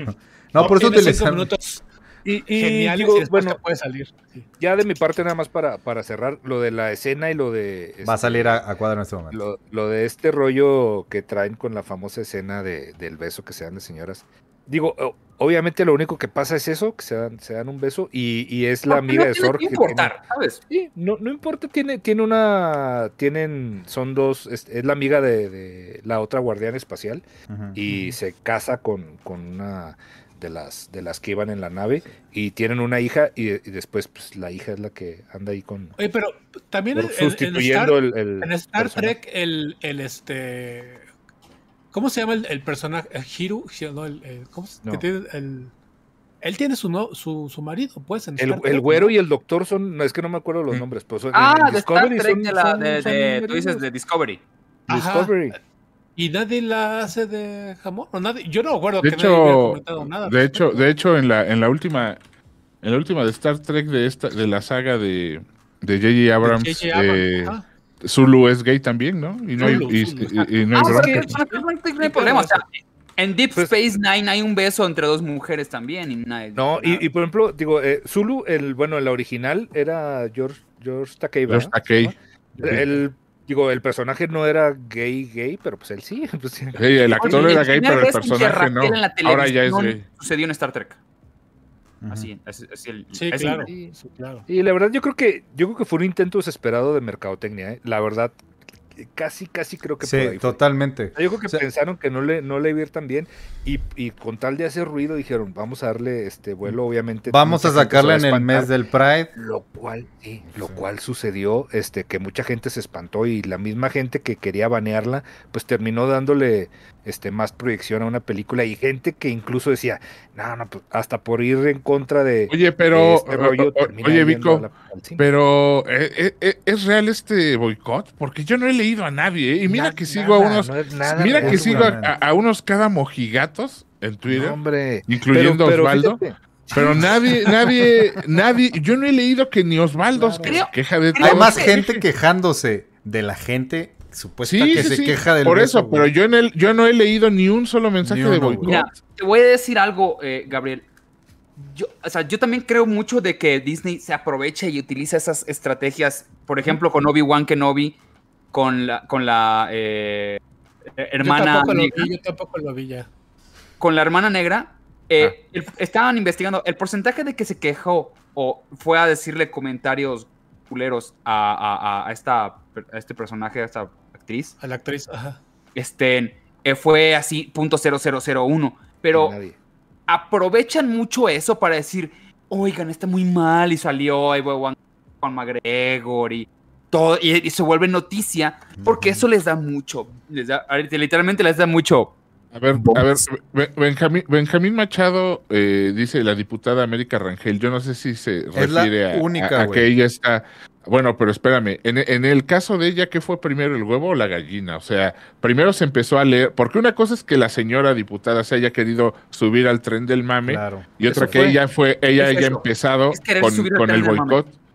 No, por eso Tiene cinco utilizaron. minutos Y, y geniales digo, y después bueno, te puede salir. Sí. ya de mi parte nada más para, para cerrar, lo de la escena y lo de... Va a este, salir a, a cuadro en este momento. Lo, lo de este rollo que traen con la famosa escena de, del beso que se dan de señoras. Digo, o- obviamente lo único que pasa es eso, que se dan, se dan un beso y, y es la Porque amiga no de tiene Zorg. que que importar, ¿sabes? tiene- sí, no, no importa, tiene, tiene una, tienen, son dos, es, es la amiga de, de la otra guardiana espacial Ujú. y se casa con, con una de las, de las que iban en la nave y tienen una hija y, y después pues la hija es la que anda ahí con... Oye, pero también en, por- en- en sustituyendo Star, el, el en Star personaje. Trek, el, el este. ¿Cómo se llama el, el personaje? ¿El Hiru? No, el, el- ¿cómo se- No. que tiene el- él tiene su, no, su, su marido, pues. En El, Star Trek, el güero ¿no? y el doctor son, no es que no me acuerdo los Mm. nombres, pues son, Ah, en- en de Star Discovery Trek, son- de la, son- de, son de- tú dices maridos. de Discovery. Ajá. Discovery. ¿Y nadie la hace de jamón? ¿O nadie? Yo no recuerdo De que nadie hubiera hecho, comentado nada. al de hecho, respecto. de hecho, en la, en la última, en la última de Star Trek de esta, de la saga de de J J Abrams, De J J Abrams, eh, ajá. Zulu es gay también, ¿no? Y no hay, Zulu, y, Zulu, y- y no hay Ah, bronca. porque no, no, no hay Sí, problema. O claro, sea, en Deep Pues- Space Nine hay un beso entre dos mujeres también. Y nadie- No, nada. y, y por ejemplo, digo, eh, Zulu, el, bueno, el original era George, George Takei, George ¿verdad? Takei. ¿No? El, el- digo, el personaje no era gay, gay, pero pues él sí. Pues, sí. Sí, el actor Oye, era el gay, primer pero el beso en que personaje no. Raquel en la Ahora ya es televisión gay. Sucedió en Star Trek. Ujú. Así, así, así el- Sí, así- claro. sí. Sí, claro. Y la verdad, yo creo que, yo creo que fue un intento desesperado de mercadotecnia, ¿eh? La verdad, casi, casi creo que por ahí Sí, fue. totalmente. Yo creo que O sea- pensaron que no le, no le iba a ir tan bien y, y con tal de hacer ruido dijeron, vamos a darle este vuelo, obviamente. Vamos mucha a gente se sacarla va a en el espantar. mes del Pride. Lo cual, sí, lo Sí. cual sucedió, este, que mucha gente se espantó y la misma gente que quería banearla, pues terminó dándole este más proyección a una película y gente que incluso decía, no, no, pues hasta por ir en contra de, Oye, de pero, este rollo, o- o- termina oye, yendo Vico, a la- al cine. pero ¿eh, eh, ¿es real este boicot? Porque yo no he leído a nadie, ¿eh? Y mira Na- que sigo nada, a unos, no es nada mira real, que sigo a, seguramente. a- a unos cada mojigatos en Twitter, No, hombre, incluyendo pero- pero Osvaldo. fíjate, Pero nadie, nadie, nadie, yo no he leído que ni Osvaldo Claro. que se queja de Creo Hay todo. más que- gente quejándose de la gente supuesta Sí, que sí, se sí, queja del por beso, eso, pero güey. yo en el, yo no he leído ni un solo mensaje Ni de uno, güey. boicot. Mira, te voy a decir algo, eh, Gabriel. Yo, o sea, yo también creo mucho de que Disney se aprovecha y utiliza esas estrategias. Por ejemplo, con Obi-Wan Kenobi, con la, con la eh, eh, hermana Yo tampoco, lo negra, vi, yo tampoco lo vi ya. con la hermana negra. eh, Ah. el- estaban investigando el porcentaje de que se quejó o fue a decirle comentarios culeros a, a- a- a esta, a este personaje, a esta actriz. A la actriz, ajá. Este, eh, fue así, punto cero cero cero uno. Pero nadie. aprovechan mucho eso para decir, oigan, está muy mal y salió ahí va Juan, Juan McGregor y todo, y, y se vuelve noticia porque eso les da mucho, les da, ahorita literalmente les da mucho. A ver, a ver, Be- Benjamín, Benjamín Machado eh, dice la diputada América Rangel. Yo no sé si se Es la refiere a, única, a- a güey. que ella está. Bueno, pero espérame. En, en el caso de ella, ¿qué fue primero, el huevo o la gallina? O sea, primero se empezó a leer. Porque una cosa es que la señora diputada se haya querido subir al tren del mame. Claro. Y otra Eso que fue. ella fue, ella Es haya eso. empezado Es querer con, subir al con tren el del mame. boicot.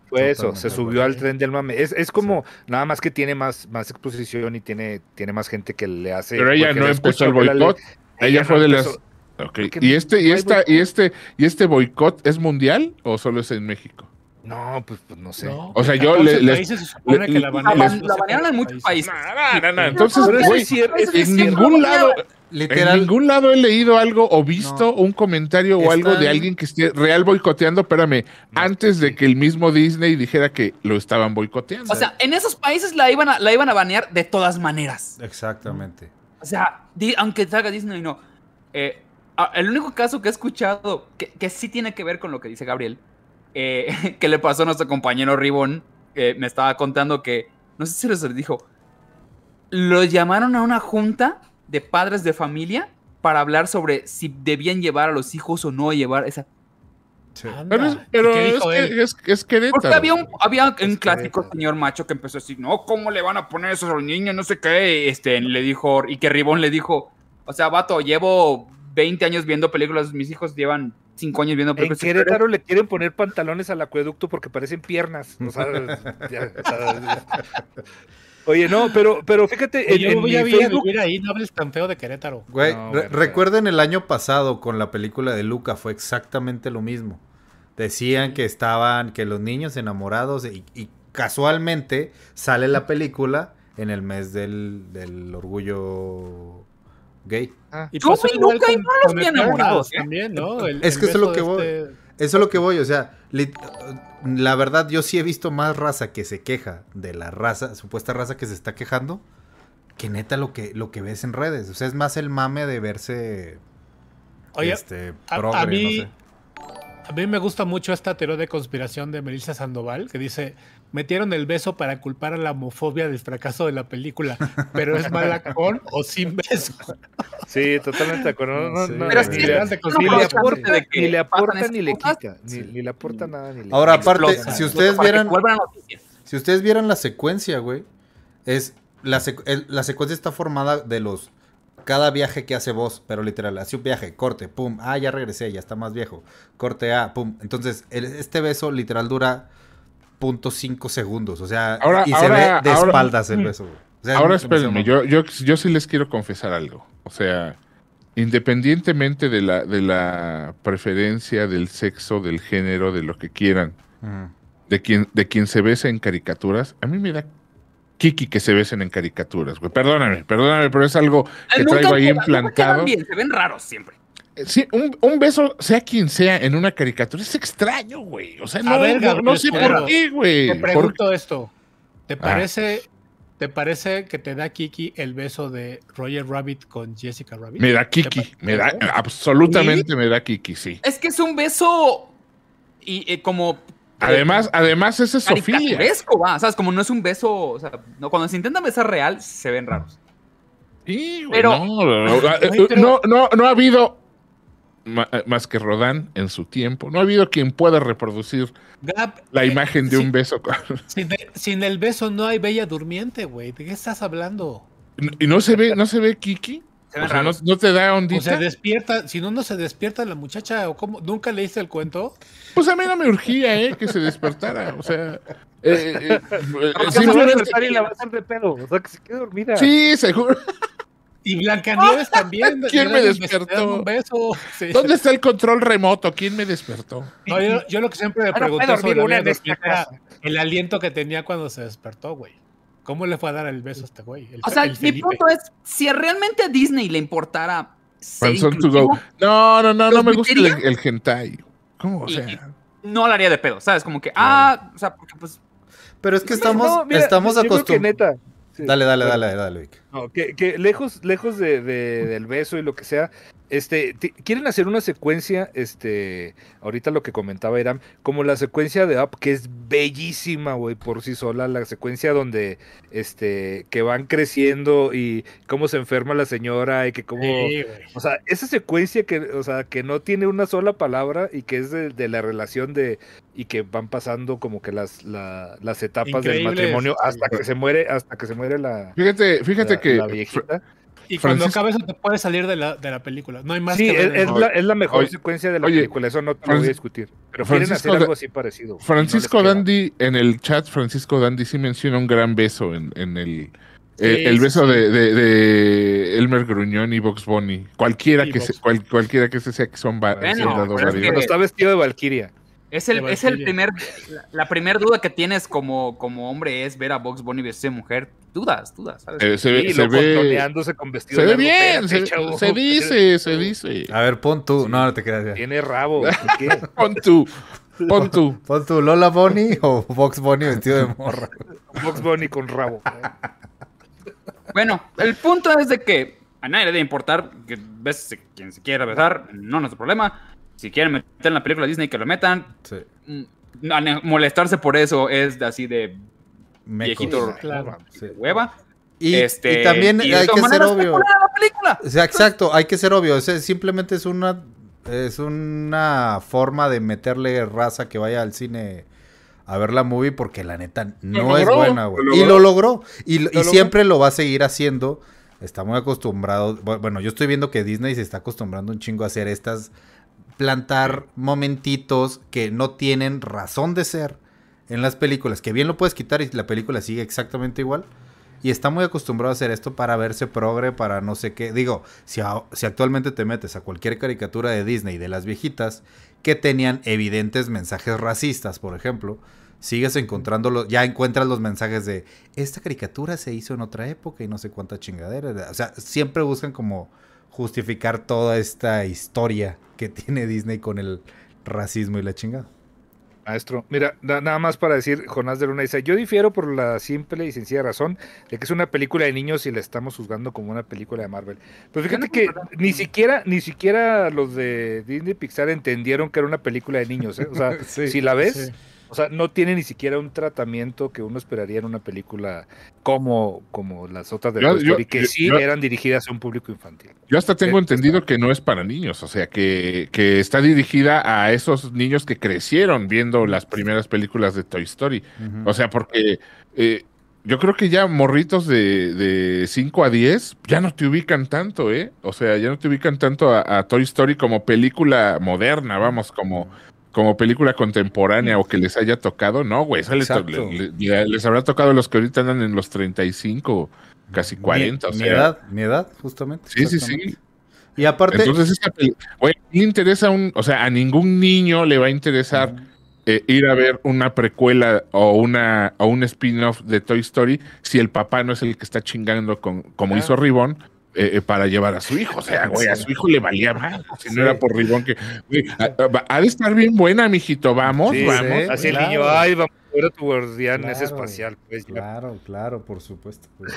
Fue eso, Totalmente se de subió acuerdo. al tren del mame. Es, es como, nada más que tiene más, más exposición y tiene, tiene más gente que le hace. Pero ella porque no la empezó escucho, el que la le- boicot. Ella, ella fue no de empezó. las. Ok. Porque ¿Y este, y no hay esta, y boicot. este, y este boicot es mundial o solo es en México? No, pues, pues no sé. No, O sea, en yo catorce le- les- países se supone le- que la La, banearon. les- ban- no la sé banearon en cuántos muchos países. No, no, no, Sí, entonces, pero eso güey, es cierto, eso es en siempre ningún lo lado, baneaban. en Literal, ningún lado he leído algo o visto No. un comentario o algo de Están- alguien que esté real boicoteando, espérame, antes de que el mismo Disney dijera que lo estaban boicoteando. O sea, en esos países la iban a, la iban a banear de todas maneras. exactamente. O sea, di- aunque salga Disney, no. Eh, a- el único caso que he escuchado que, que sí tiene que ver con lo que dice Gabriel, eh, que le pasó a nuestro compañero Ribón, eh, me estaba contando que, no sé si les dijo, lo llamaron a una junta de padres de familia para hablar sobre si debían llevar a los hijos o no llevar esa. Sí. Anda. pero es, ¿Y pero qué es, dijo que- él? es, es Querétaro. Porque había un, había un Es clásico que- señor macho que empezó a decir, no, ¿cómo le van a poner eso a los niños? No sé qué. Este, le dijo, y que Ribón le dijo, o sea, vato, llevo veinte años viendo películas, mis hijos llevan cinco años viendo En películas. Querétaro le quieren poner pantalones al acueducto porque parecen piernas. O sea, ya, o sea, oye, no, pero, pero fíjate, en, Yo en voy a mi ir a Facebook, vivir ahí, no hables tan feo de Querétaro. Güey, No, re- bueno, recuerden el año pasado con la película de Luca, fue exactamente lo mismo. Decían que estaban, que los niños enamorados y, y casualmente sale la película en el mes del, del orgullo gay. Y Yo pasó vi igual Luca y con- no los con vi Eternals enamorados, ¿eh? también, ¿no? El- Es el que eso es lo beso que de voy. este- Eso es lo que voy, o sea, lit- la verdad yo sí he visto más raza que se queja de la raza, supuesta raza que se está quejando, que neta lo que, lo que ves en redes. O sea, es más el mame de verse Oye, este, a- progre, a mí- no sé. A mí me gusta mucho esta teoría de conspiración de Melissa Sandoval, que dice, metieron el beso para culpar a la homofobia del fracaso de la película, pero es mala con o sin beso. sí, totalmente de acuerdo. No, Sí, no, Pero ni sí, le- teorías de no, ni le pero conspiración. aporta, de que ni le pasan aporta esas ni le cosas, quita, ni, sí. ni le aporta nada ni le Ahora, quita. aparte, Explota. si ustedes Para que vieran, vuelvan a noticias. si ustedes vieran la secuencia, güey, es la, secu- el- la secuencia está formada de los cada viaje que hace vos, pero literal, hace un viaje, corte, pum, ah, ya regresé, ya está más viejo, corte A, pum. Entonces, el- este beso literal dura punto cinco segundos, o sea, Ahora- y se ahora- ve de ahora- espaldas el beso, güey. O sea, Ahora es demasiado espérenme, mamón. yo, yo, yo sí les quiero confesar algo. O sea, independientemente de la, de la preferencia, del sexo, del género, de lo que quieran, Ujú. de quien, de quien se besa en caricaturas, a mí me da kiki que se besen en caricaturas, güey. Perdóname, perdóname, pero es algo que Eh, nunca traigo ahí quedan- nunca quedan implantado. bien, se ven raros siempre. Sí, un, un beso, sea quien sea, en una caricatura, es extraño, güey. O sea, A no, ver, no- Gabriel, no sé espera. por qué, güey. Te Por- pregunto esto, ¿te Ah. parece, ¿te parece que te da Kiki el beso de Roger Rabbit con Jessica Rabbit? Me da kiki, ¿Te me da, parece? absolutamente me da kiki, sí. Es que es un beso y eh, como Además, además ese es Sofía. caricaturesco, va, ¿sabes? Como no es un beso, o sea, no, cuando se intentan besar real, se ven raros. Sí, güey, Pero- no, no, no, Ay, pero- no, no, no ha habido ma- más que Rodán en su tiempo, no ha habido quien pueda reproducir Gab, la eh, imagen de sí, un beso. con- Sin, el- sin el beso no hay bella durmiente, güey. ¿De qué estás hablando? ¿Y no se ve, no se ve Kiki? Se ven O sea, ¿no, raros. no te da O ondita? sea, despierta, si no, no se despierta la muchacha, o cómo, ¿nunca leíste el cuento? Pues a mí no me urgía, ¿eh? Que se despertara, o sea... eh, eh, eh, Porque se va a simplemente- despertar y la va a hacer de pedo. O sea, que se quede dormida. Sí, seguro. Y Blancanieves también. ¿Quién le me dan un despertó? beso, le dan Un beso. Sí. ¿Dónde está el control remoto? ¿Quién me despertó? No, yo, yo lo que siempre me Bueno, pregunté puede sobre dormir una la en vida esta dormida era casa. el aliento que tenía cuando se despertó, güey. ¿Cómo le fue a dar el beso a este güey? El- O sea, el mi Felipe. punto es, si realmente a Disney le importara ser Friendzone to inclusivo, go. No, no, no, no ¿Los me gusta el, metería? el hentai. ¿Cómo? O Y- sea, no lo haría de pedo, ¿sabes? Como que, ah, o sea, porque pues, Pero es que estamos, No, mira, estamos yo creo que acostumbrados. neta. Sí, Dale, dale, bueno. dale, dale, Vic. No, que, que lejos, lejos de, de- del beso y lo que sea, este, ti- quieren hacer una secuencia, este, ahorita lo que comentaba Iram, como la secuencia de Up, que es bellísima, güey, por sí sola, la secuencia donde, este, que van creciendo y cómo se enferma la señora y que cómo, Sí, güey. o sea, esa secuencia que, o sea, que no tiene una sola palabra y que es de, de la relación de, y que van pasando como que las, la- las etapas del Increíble, matrimonio sí. hasta que se muere, hasta que se muere la, fíjate, fíjate la- que la viejita. Y cuando Francisco- acaba eso te puedes salir de la, de la película. No hay más Sí, que es, ver. es la, es la mejor Oye, secuencia de la oye, película, eso no te lo voy a Francis- discutir. Pero quieren Francisco hacer Da- algo así parecido. y no les Francisco queda. Dandy, en el chat, Francisco Dandy sí menciona un gran beso en, en el... eh, Sí, el sí, beso sí. De, de, de Elmer Gruñón y Box Bunny. Cualquiera Y que Bugs se, cual- cualquiera que se sea que son, va- Bueno, son dados pero es varios. que- Cuando está vestido de Valkyria. Es el, De es el Valkyria. primer, la, la primer duda que tienes como, como hombre es ver a Bugs Bunny vestido de mujer. Dudas, dudas, ¿sabes? Eh, se, Y se loco ve, toneándose con vestido se ve largo. bien, Espérate, se, chavo. se dice, se dice. A ver, pon tú. No, no te creas. ya. Tiene rabo. ¿por qué? Pon tú, pon tú. Pon tú, Lola Bunny o Box Bunny vestido de morra. Box Bunny con rabo. Bueno, el punto es de que a nadie le debe importar que ves quien se quiera besar, no es nuestro problema. Si quieren meter en la película de Disney, que lo metan. Sí. Mm, a ne- Molestarse por eso es de así de Mecos. viejito Claro. Sí. hueva. Y, Este, y también y de hay todas que ser maneras, obvio. popular la película. O sea, exacto, hay que ser obvio. O sea, simplemente es una es una forma de meterle raza que vaya al cine a ver la movie porque la neta no Lo es logró, buena, güey. lo Y logró. lo logró. Y, lo- y logró. siempre lo va a seguir haciendo. Está muy acostumbrado. bu- Bueno, yo estoy viendo que Disney se está acostumbrando un chingo a hacer estas. Plantar momentitos que no tienen razón de ser en las películas. Que bien lo puedes quitar y la película sigue exactamente igual. Y está muy acostumbrado a hacer esto para verse progre, para no sé qué. Digo, si, a- si actualmente te metes a cualquier caricatura de Disney de las viejitas que tenían evidentes mensajes racistas, por ejemplo, sigues encontrándolo, ya encuentras los mensajes de esta caricatura se hizo en otra época y no sé cuánta chingadera. O sea, siempre buscan como justificar toda esta historia que tiene Disney con el racismo y la chingada. Maestro, mira, na- nada más para decir, Jonás de Luna dice, yo difiero por la simple y sencilla razón de que es una película de niños y la estamos juzgando como una película de Marvel. Pero fíjate que ni siquiera, ni siquiera los de Disney Pixar entendieron que era una película de niños, ¿eh? O sea, Sí. si la ves, Sí. o sea, no tiene ni siquiera un tratamiento que uno esperaría en una película como, como las otras de Yo- Toy Story, yo- que yo- sí yo- eran dirigidas a un público infantil. Yo hasta tengo Eh, entendido que no es para niños, o sea, que, que está dirigida a esos niños que crecieron viendo las primeras películas de Toy Story. Ujú. O sea, porque eh, yo creo que ya morritos de, de cinco a diez ya no te ubican tanto, ¿eh? O sea, ya no te ubican tanto a, a Toy Story como película moderna, vamos, como, como película contemporánea o que les haya tocado. No, güey, esa les, to- Exacto. le- le- les habrá tocado a los que ahorita andan en los treinta y cinco, casi cuarenta. Mi, o mi sea, edad, mi edad, justamente. Sí, sí, exactamente. sí. Y aparte, Entonces, esta peli- güey, le interesa un, o sea, a ningún niño le va a interesar eh, ir a ver una precuela o una o un spin-off de Toy Story si el papá no es el que está chingando con, como Ah. hizo Ribbon eh, eh, para llevar a su hijo. O sea, güey, a su hijo le valía más. Si Sí. no era por Ribbon que, güey, ha, ha- ha de estar bien buena, mijito, vamos, Sí, vamos. sí. Así el Claro. niño, ay, vamos a ver a tu guardián, es Claro, espacial. Pues, ya. claro, claro, por supuesto. pues.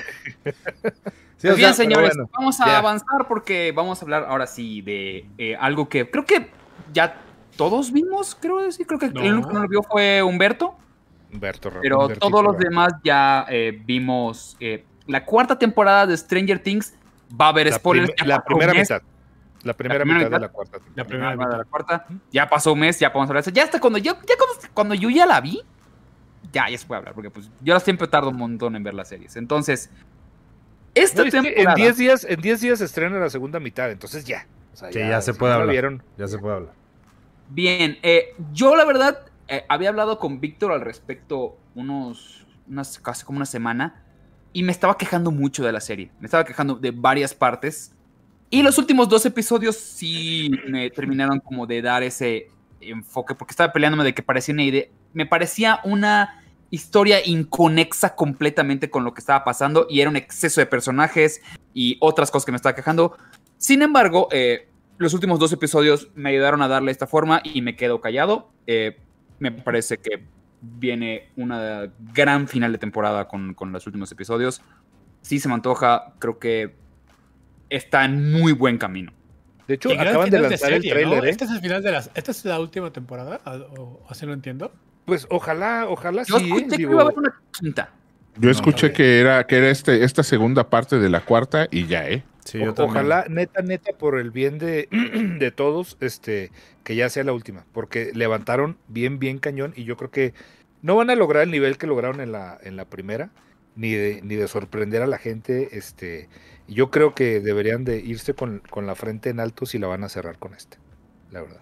Sí, Pues o bien, sea, señores, bueno, vamos a ya. avanzar porque vamos a hablar ahora sí de eh, algo que creo que ya todos vimos, creo decir, creo que No. el único que no lo vio fue Humberto, Humberto Ra- pero Humbertito todos los Ra- demás ya eh, vimos eh, la cuarta temporada de Stranger Things. Va a haber La, spoilers. prim- ya la pasó primera un mes, mitad. La primera, primera mitad, mitad. de la cuarta. La temporada. primera de mitad. la cuarta. Ya pasó un mes, ya podemos hablar de eso. Ya hasta cuando yo, ya cuando, cuando yo ya la vi, ya, ya se puede hablar, porque pues yo siempre tardo un montón en ver las series. Entonces, esta No, es que en temporada... diez días, en diez días se estrena la segunda mitad, entonces ya. O sea, Sí, ya se puede no la hablar. vieron. ya se puede hablar. Bien, eh, yo la verdad eh, había hablado con Víctor al respecto unos, unas, casi como una semana y me estaba quejando mucho de la serie. Me estaba quejando de varias partes y los últimos dos episodios sí me terminaron como de dar ese enfoque porque estaba peleándome de que parecía una idea, me parecía una historia inconexa completamente con lo que estaba pasando y era un exceso de personajes y otras cosas que me estaba quejando. Sin embargo, eh, los últimos dos episodios me ayudaron a darle esta forma y me quedo callado. Eh, me parece que viene una gran final de temporada con, con los últimos episodios. Sí se me antoja, creo que está en muy buen camino. De hecho, Qué gran acaban de final lanzar serie, el tráiler, ¿no? ¿eh? Este es el final de las. ¿Esta es la última temporada? ¿O, o así lo entiendo? Pues ojalá, ojalá Yo sí, escuché ¿eh? que Digo, iba a haber una quinta. Yo escuché no. que era que era este esta segunda parte de la cuarta y ya, ¿eh? Sí, o- yo también. ojalá, neta, neta, por el bien de, de todos, este, que ya sea la última, porque levantaron bien, bien cañón y yo creo que no van a lograr el nivel que lograron en la, en la primera, ni de, ni de sorprender a la gente. Este, yo creo que deberían de irse con, con la frente en alto si la van a cerrar con este, la verdad.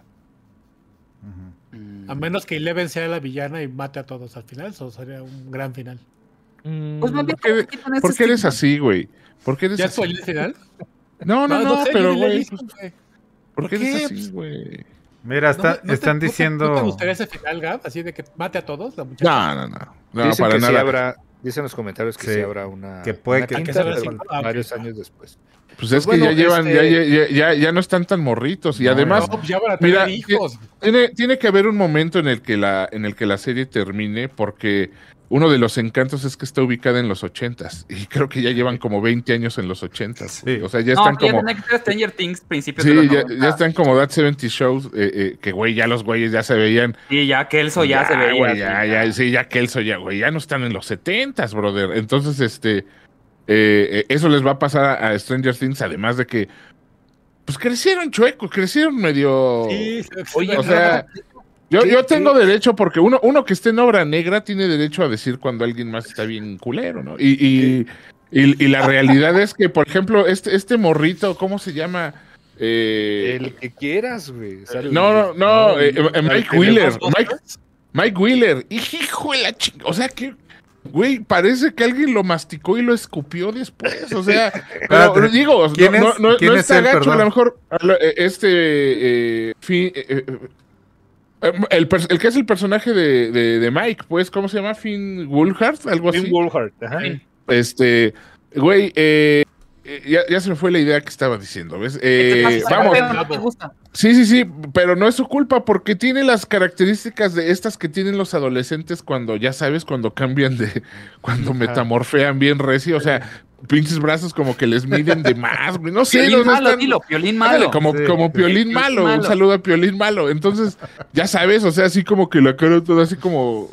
A menos que Eleven sea la villana y mate a todos al final, eso sería un gran final. Pues más bien, ¿Por qué, quitan ese ¿por qué eres estigma. así, güey? ¿Por qué eres ¿Ya así? spoilé el final? No, no, no, sé, pero, yo ni la he güey, visto, pues, güey. ¿por ¿Por qué eres qué? así, güey? Mira, está- ¿No te- no te- están no te- diciendo... ¿No te gustaría ese final, Gab? Así de que mate a todos la muchacha. No, no, no. No, dicen para que sí nada. habrá, dicen los comentarios que sí, Sí, habrá una, que puede una que- quinta, que se vea pero así. Ah, ok. varios años después. Pues es Pues que bueno, ya llevan, este- ya, ya, ya, ya no están tan morritos. Y No, además, No, pues ya van a tener mira, hijos. tiene, tiene que haber un momento en el que la, en el que la serie termine, porque uno de los encantos es que está ubicada en los ochentas. Y creo que ya llevan como veinte años en los ochentas. Sí. O sea, ya No, están sí, ya como. tenía que ser Stranger Things, principios de Sí, los ya, noventa. ya están como That setenta Shows, eh, eh, que güey, ya los güeyes ya se veían. Sí, ya Kelso ya, se veía. güey, así, ya, ya, sí, ya Kelso, ya, güey, ya no están en los setentas, brother. Entonces, este, eh, eh, eso les va a pasar a, a Stranger Things, además de que, pues crecieron chuecos, crecieron medio... Sí, Oye, o sea, yo, ¿qué- yo tengo qué? derecho, porque uno, uno que esté en obra negra tiene derecho a decir cuando alguien más está bien culero, ¿no? Y, y, y, y la realidad es que, por ejemplo, este, este morrito, ¿cómo se llama? Eh, El que quieras, güey. Sale- no, no, no, eh, eh, el- Mike el- Wheeler. ¿Los Mike, Ghostbusters? Mike Wheeler. Hijo de la chingada. O sea que, güey, parece que alguien lo masticó y lo escupió después. O sea, pero Espérate, digo, ¿quién no, es? no, no, ¿Quién no es está él, gacho, perdón? a lo mejor a lo- eh, este eh, Fi- eh, eh, eh, el, pers- el que es el personaje de, de, de Mike, pues, ¿cómo se llama? Finn Wolfhard, algo así. Finn Wolfhard, ajá. Este, güey, eh, eh, ya, ya se me fue la idea que estaba diciendo, ¿ves? ¿Qué Eh, te pasa? vamos, Pero no te gusta. sí, sí, sí, pero no es su culpa porque tiene las características de estas que tienen los adolescentes cuando, ya sabes, cuando cambian de, cuando metamorfean bien recio, o sea, pinches brazos como que les miden de más, güey, no sé, Piolín no sé, malo, están- dilo, Piolín ándale, malo. como, Sí. como Piolín Piolín malo, malo. un saludo a Piolín malo, entonces, ya sabes, o sea, así como que la cara toda así como...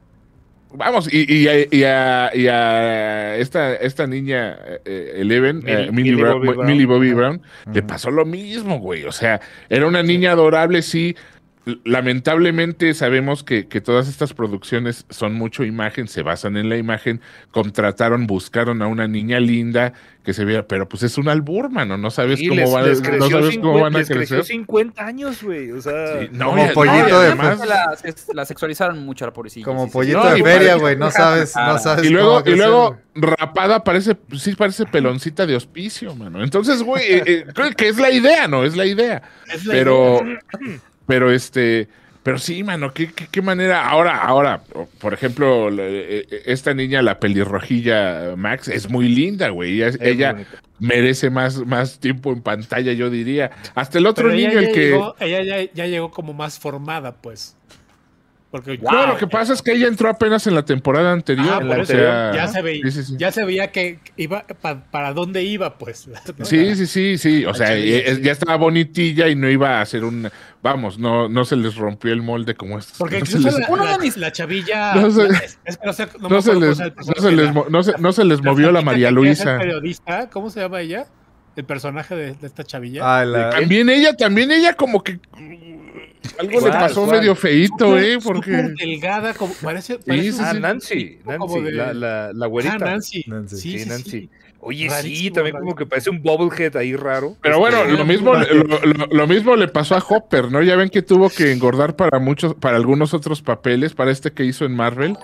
Vamos, y, y, a, y, a, y a esta, esta niña, eh, Eleven, Millie- eh, Millie, Millie Brown, Bobby Brown. Millie Bobby Ajá. Brown, le pasó lo mismo, güey. O sea, era una niña adorable, sí. L- Lamentablemente sabemos que, que todas estas producciones son mucho imagen, se basan en la imagen. Contrataron, buscaron a una niña linda que se vea, pero pues es un albur, mano. No sabes Sí, cómo, les- va- les no creció sabes cómo cincuenta van a les creció crecer. cincuenta años, güey. O sea, Sí, no, Como y- pollito no, y de- además- Se la, se- la sexualizaron mucho a la pobrecilla. Como sí, sí, sí. pollito No, de y feria, para- güey. No sabes, no sabes Y cómo luego, y crecer, luego güey. rapada parece, sí parece peloncita de hospicio, mano. Entonces, güey, eh, eh, creo que es la idea, ¿no? Es la idea. Es la Pero, idea. pero este, pero sí, mano, ¿qué, qué, qué manera? Ahora, ahora, por ejemplo, la- eh, eh, esta niña, la pelirrojilla Max, es muy linda, güey. Ella, es ella muy bonito. merece más, más tiempo en pantalla, yo diría. Hasta el otro Pero ella niño, el ya que... llegó- ella ya, ya llegó como más formada, pues. Porque No, lo que pasa es que ella entró apenas en la temporada anterior. Ah, en por la eso anterior. ya se veía, Sí, sí, sí. ya se veía que iba pa- para dónde iba, pues. ¿no? Sí, sí, sí, sí. O La sea, chavilla, eh, sí. ya estaba bonitilla y no iba a hacer un. Vamos, no, no se les rompió el molde como estos. Porque no se incluso les, la, Uno la- de mis- la chavilla. No se- la- es- es que no sé, no me no se acuerdo cómo les, se llama el no personaje, se les, la- mo- no se, no se les la movió la flaquita María que quería ser Luisa. periodista, ¿cómo se llama ella? El personaje de, de esta chavilla. Ah, la- También ella, también ella como que algo le ¿Cuál, pasó cuál? medio feito, Súper- eh, súper porque delgada, como parece. parece sí, un- Ah, sí. Nancy, como Nancy, de- la, la, la Ah, güerita. Nancy. Nancy. Sí, Sí, sí, Nancy. sí. Oye, sí, Rarísimo, también como que parece un bobblehead ahí raro. pero bueno, Este, lo mismo, lo, lo- lo mismo le pasó a Hopper, ¿no? Ya ven que tuvo que engordar para muchos, para algunos otros papeles, para este que hizo en Marvel.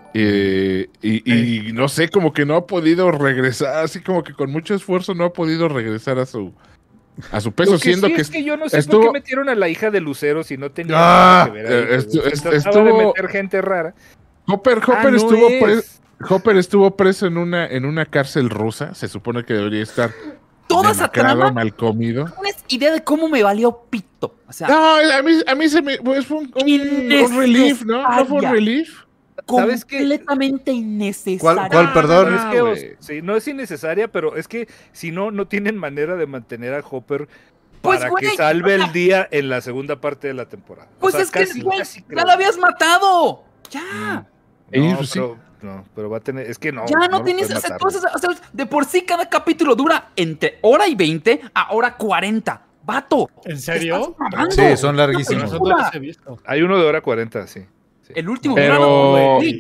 eh, y, y no sé, como que no ha podido regresar, así como que con mucho esfuerzo no ha podido regresar a su a su peso, Lo que siendo sí que es que yo no sé estuvo- por qué metieron a la hija de Lucero si no tenía Ah, nada que ver ahí, eh, pues, estu- o sea, est- trataba de estuvo- meter gente rara. Hopper, Hopper Ah, no estuvo es. preso, Hopper estuvo preso en una en una cárcel rusa, se supone que debería estar Toda esa demacrado, trama, mal comido. no tienes idea de cómo me valió pito. O sea, No, a mí, a mí se me pues, fue un, un, un relief, ¿no? ¿No fue un Innecesaria. relief? ¿sabes qué? completamente innecesaria. ¿Cuál- cuál, perdón? Pero es que, güey. os- sí, no es innecesaria, pero es que si no, no tienen manera de mantener a Hopper Pues, para güey, que salve o sea- el día en la segunda parte de la temporada. O Pues sea, es que, casi, güey, casi ya creo. la habías matado. Ya. Sí, No, pues sí. pero, no, pero va a tener, es que no. ya no, lo tienes. puede O sea, matar, tú haces- o sea, de por sí cada capítulo dura entre hora y veinte a hora cuarenta. Vato. ¿En ¿estás serio? mamando? Sí, son Pero larguísimos. eso no los he visto. Hay uno de hora cuarenta, sí. sí. El último Pero- dura, güey.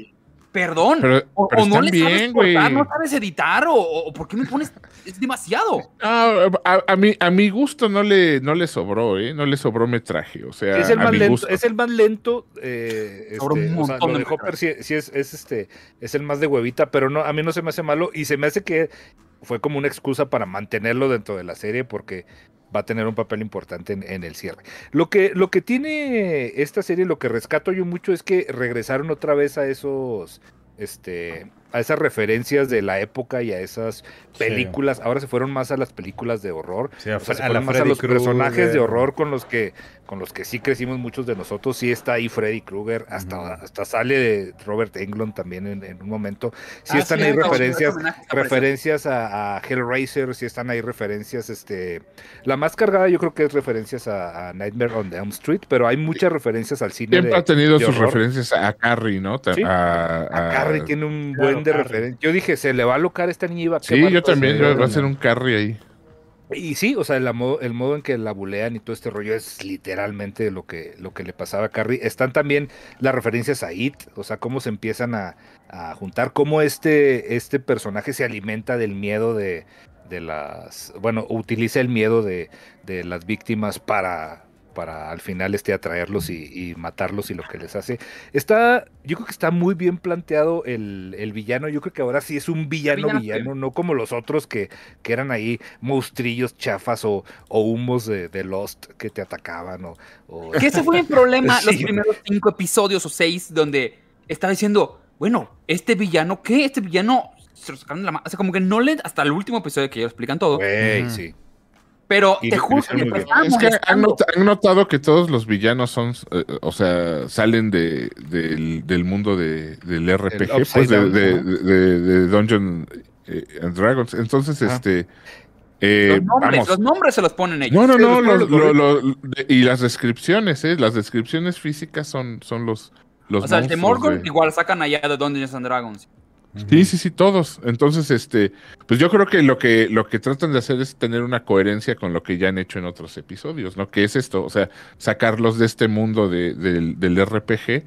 Perdón. Pero, o, pero o no están le sabes bien, cortar, güey. no sabes editar, o, o ¿por qué me pones? Es demasiado. Ah, a, a mi, a mi gusto no le, no le sobró, ¿eh? No le sobró metraje. O sea, Sí, es el a más mi lento, gusto. es el más lento. Eh, Sobra un este, o sea, montón lo de de Hopper metraje. sí, sí es, es este, es el más de huevita, pero no, a mí no se me hace malo y se me hace que fue como una excusa para mantenerlo dentro de la serie porque va a tener un papel importante en, en el cierre. Lo que, lo que tiene esta serie, lo que rescato yo mucho es que regresaron otra vez a esos, este, a esas referencias de la época y a esas películas. Ahora se fueron más a las películas de horror. Sí, a, O sea, se a la fueron más a Freddy los personajes de Krueger. horror con los que con los que sí crecimos muchos de nosotros. Sí está ahí Freddy Krueger, hasta, Ujú. hasta sale de Robert Englund también en, en un momento. Sí Ah, están sí, ahí está referencias, Ese homenaje está precioso. referencias a, a Hellraiser, sí están ahí referencias, este, la más cargada yo creo que es referencias a, a Nightmare on Elm Street, pero hay muchas referencias al cine Siempre de, ha tenido de sus horror. referencias a Carrie, ¿no? Ta- Sí. A, A a- Carrie tiene un Claro, buen de Carrie. referencia. Yo dije, se le va a locar esta niña y va a Sí, quemar yo todo también. ese Va, pedo. va a ser un Carrie ahí. Y sí, o sea, el, amo- el modo en que la bulean y todo este rollo es literalmente lo que, lo que le pasaba a Carrie. Están también las referencias a It, o sea, cómo se empiezan a, a juntar, cómo este, este personaje se alimenta del miedo de, de las, bueno, utiliza el miedo de, de las víctimas para, para al final este atraerlos y, y matarlos y lo que les hace. Está, yo creo que está muy bien planteado el, el villano. Yo creo que ahora sí es un villano villano villano, no como los otros que, que eran ahí monstrillos chafas o, o humos de, de Lost que te atacaban o, o- Que ese fue mi problema los Sí. primeros cinco episodios o seis, donde estaba diciendo, bueno, ¿este villano qué? Este villano se lo sacaron de la mano. O sea, como que no le. Hasta el último episodio que ya lo explican todo. Güey, Ujú. sí. Pero Y te lo juro que hicieron me muy bien. estaba Es que han, molestando. nota- han notado que todos los villanos son, eh, o sea, salen de, del, del mundo de, del R P El G, Upside pues de, Down, de, ajá. de- de Dungeon eh, and Dragons. Entonces, Ajá. este, eh, Los nombres, vamos. los nombres se los ponen ellos. No, no, Sí, no, les los- ponen los lo- lo- de- y las descripciones, ¿eh? Las descripciones físicas son, son los, los O sea, el de monstruos Morgon de- igual sacan allá de Dungeons and Dragons. Sí, sí, sí, todos. Entonces, este, pues yo creo que lo que lo que tratan de hacer es tener una coherencia con lo que ya han hecho en otros episodios, ¿no? Que es esto, o sea, sacarlos de este mundo de, del, del R P G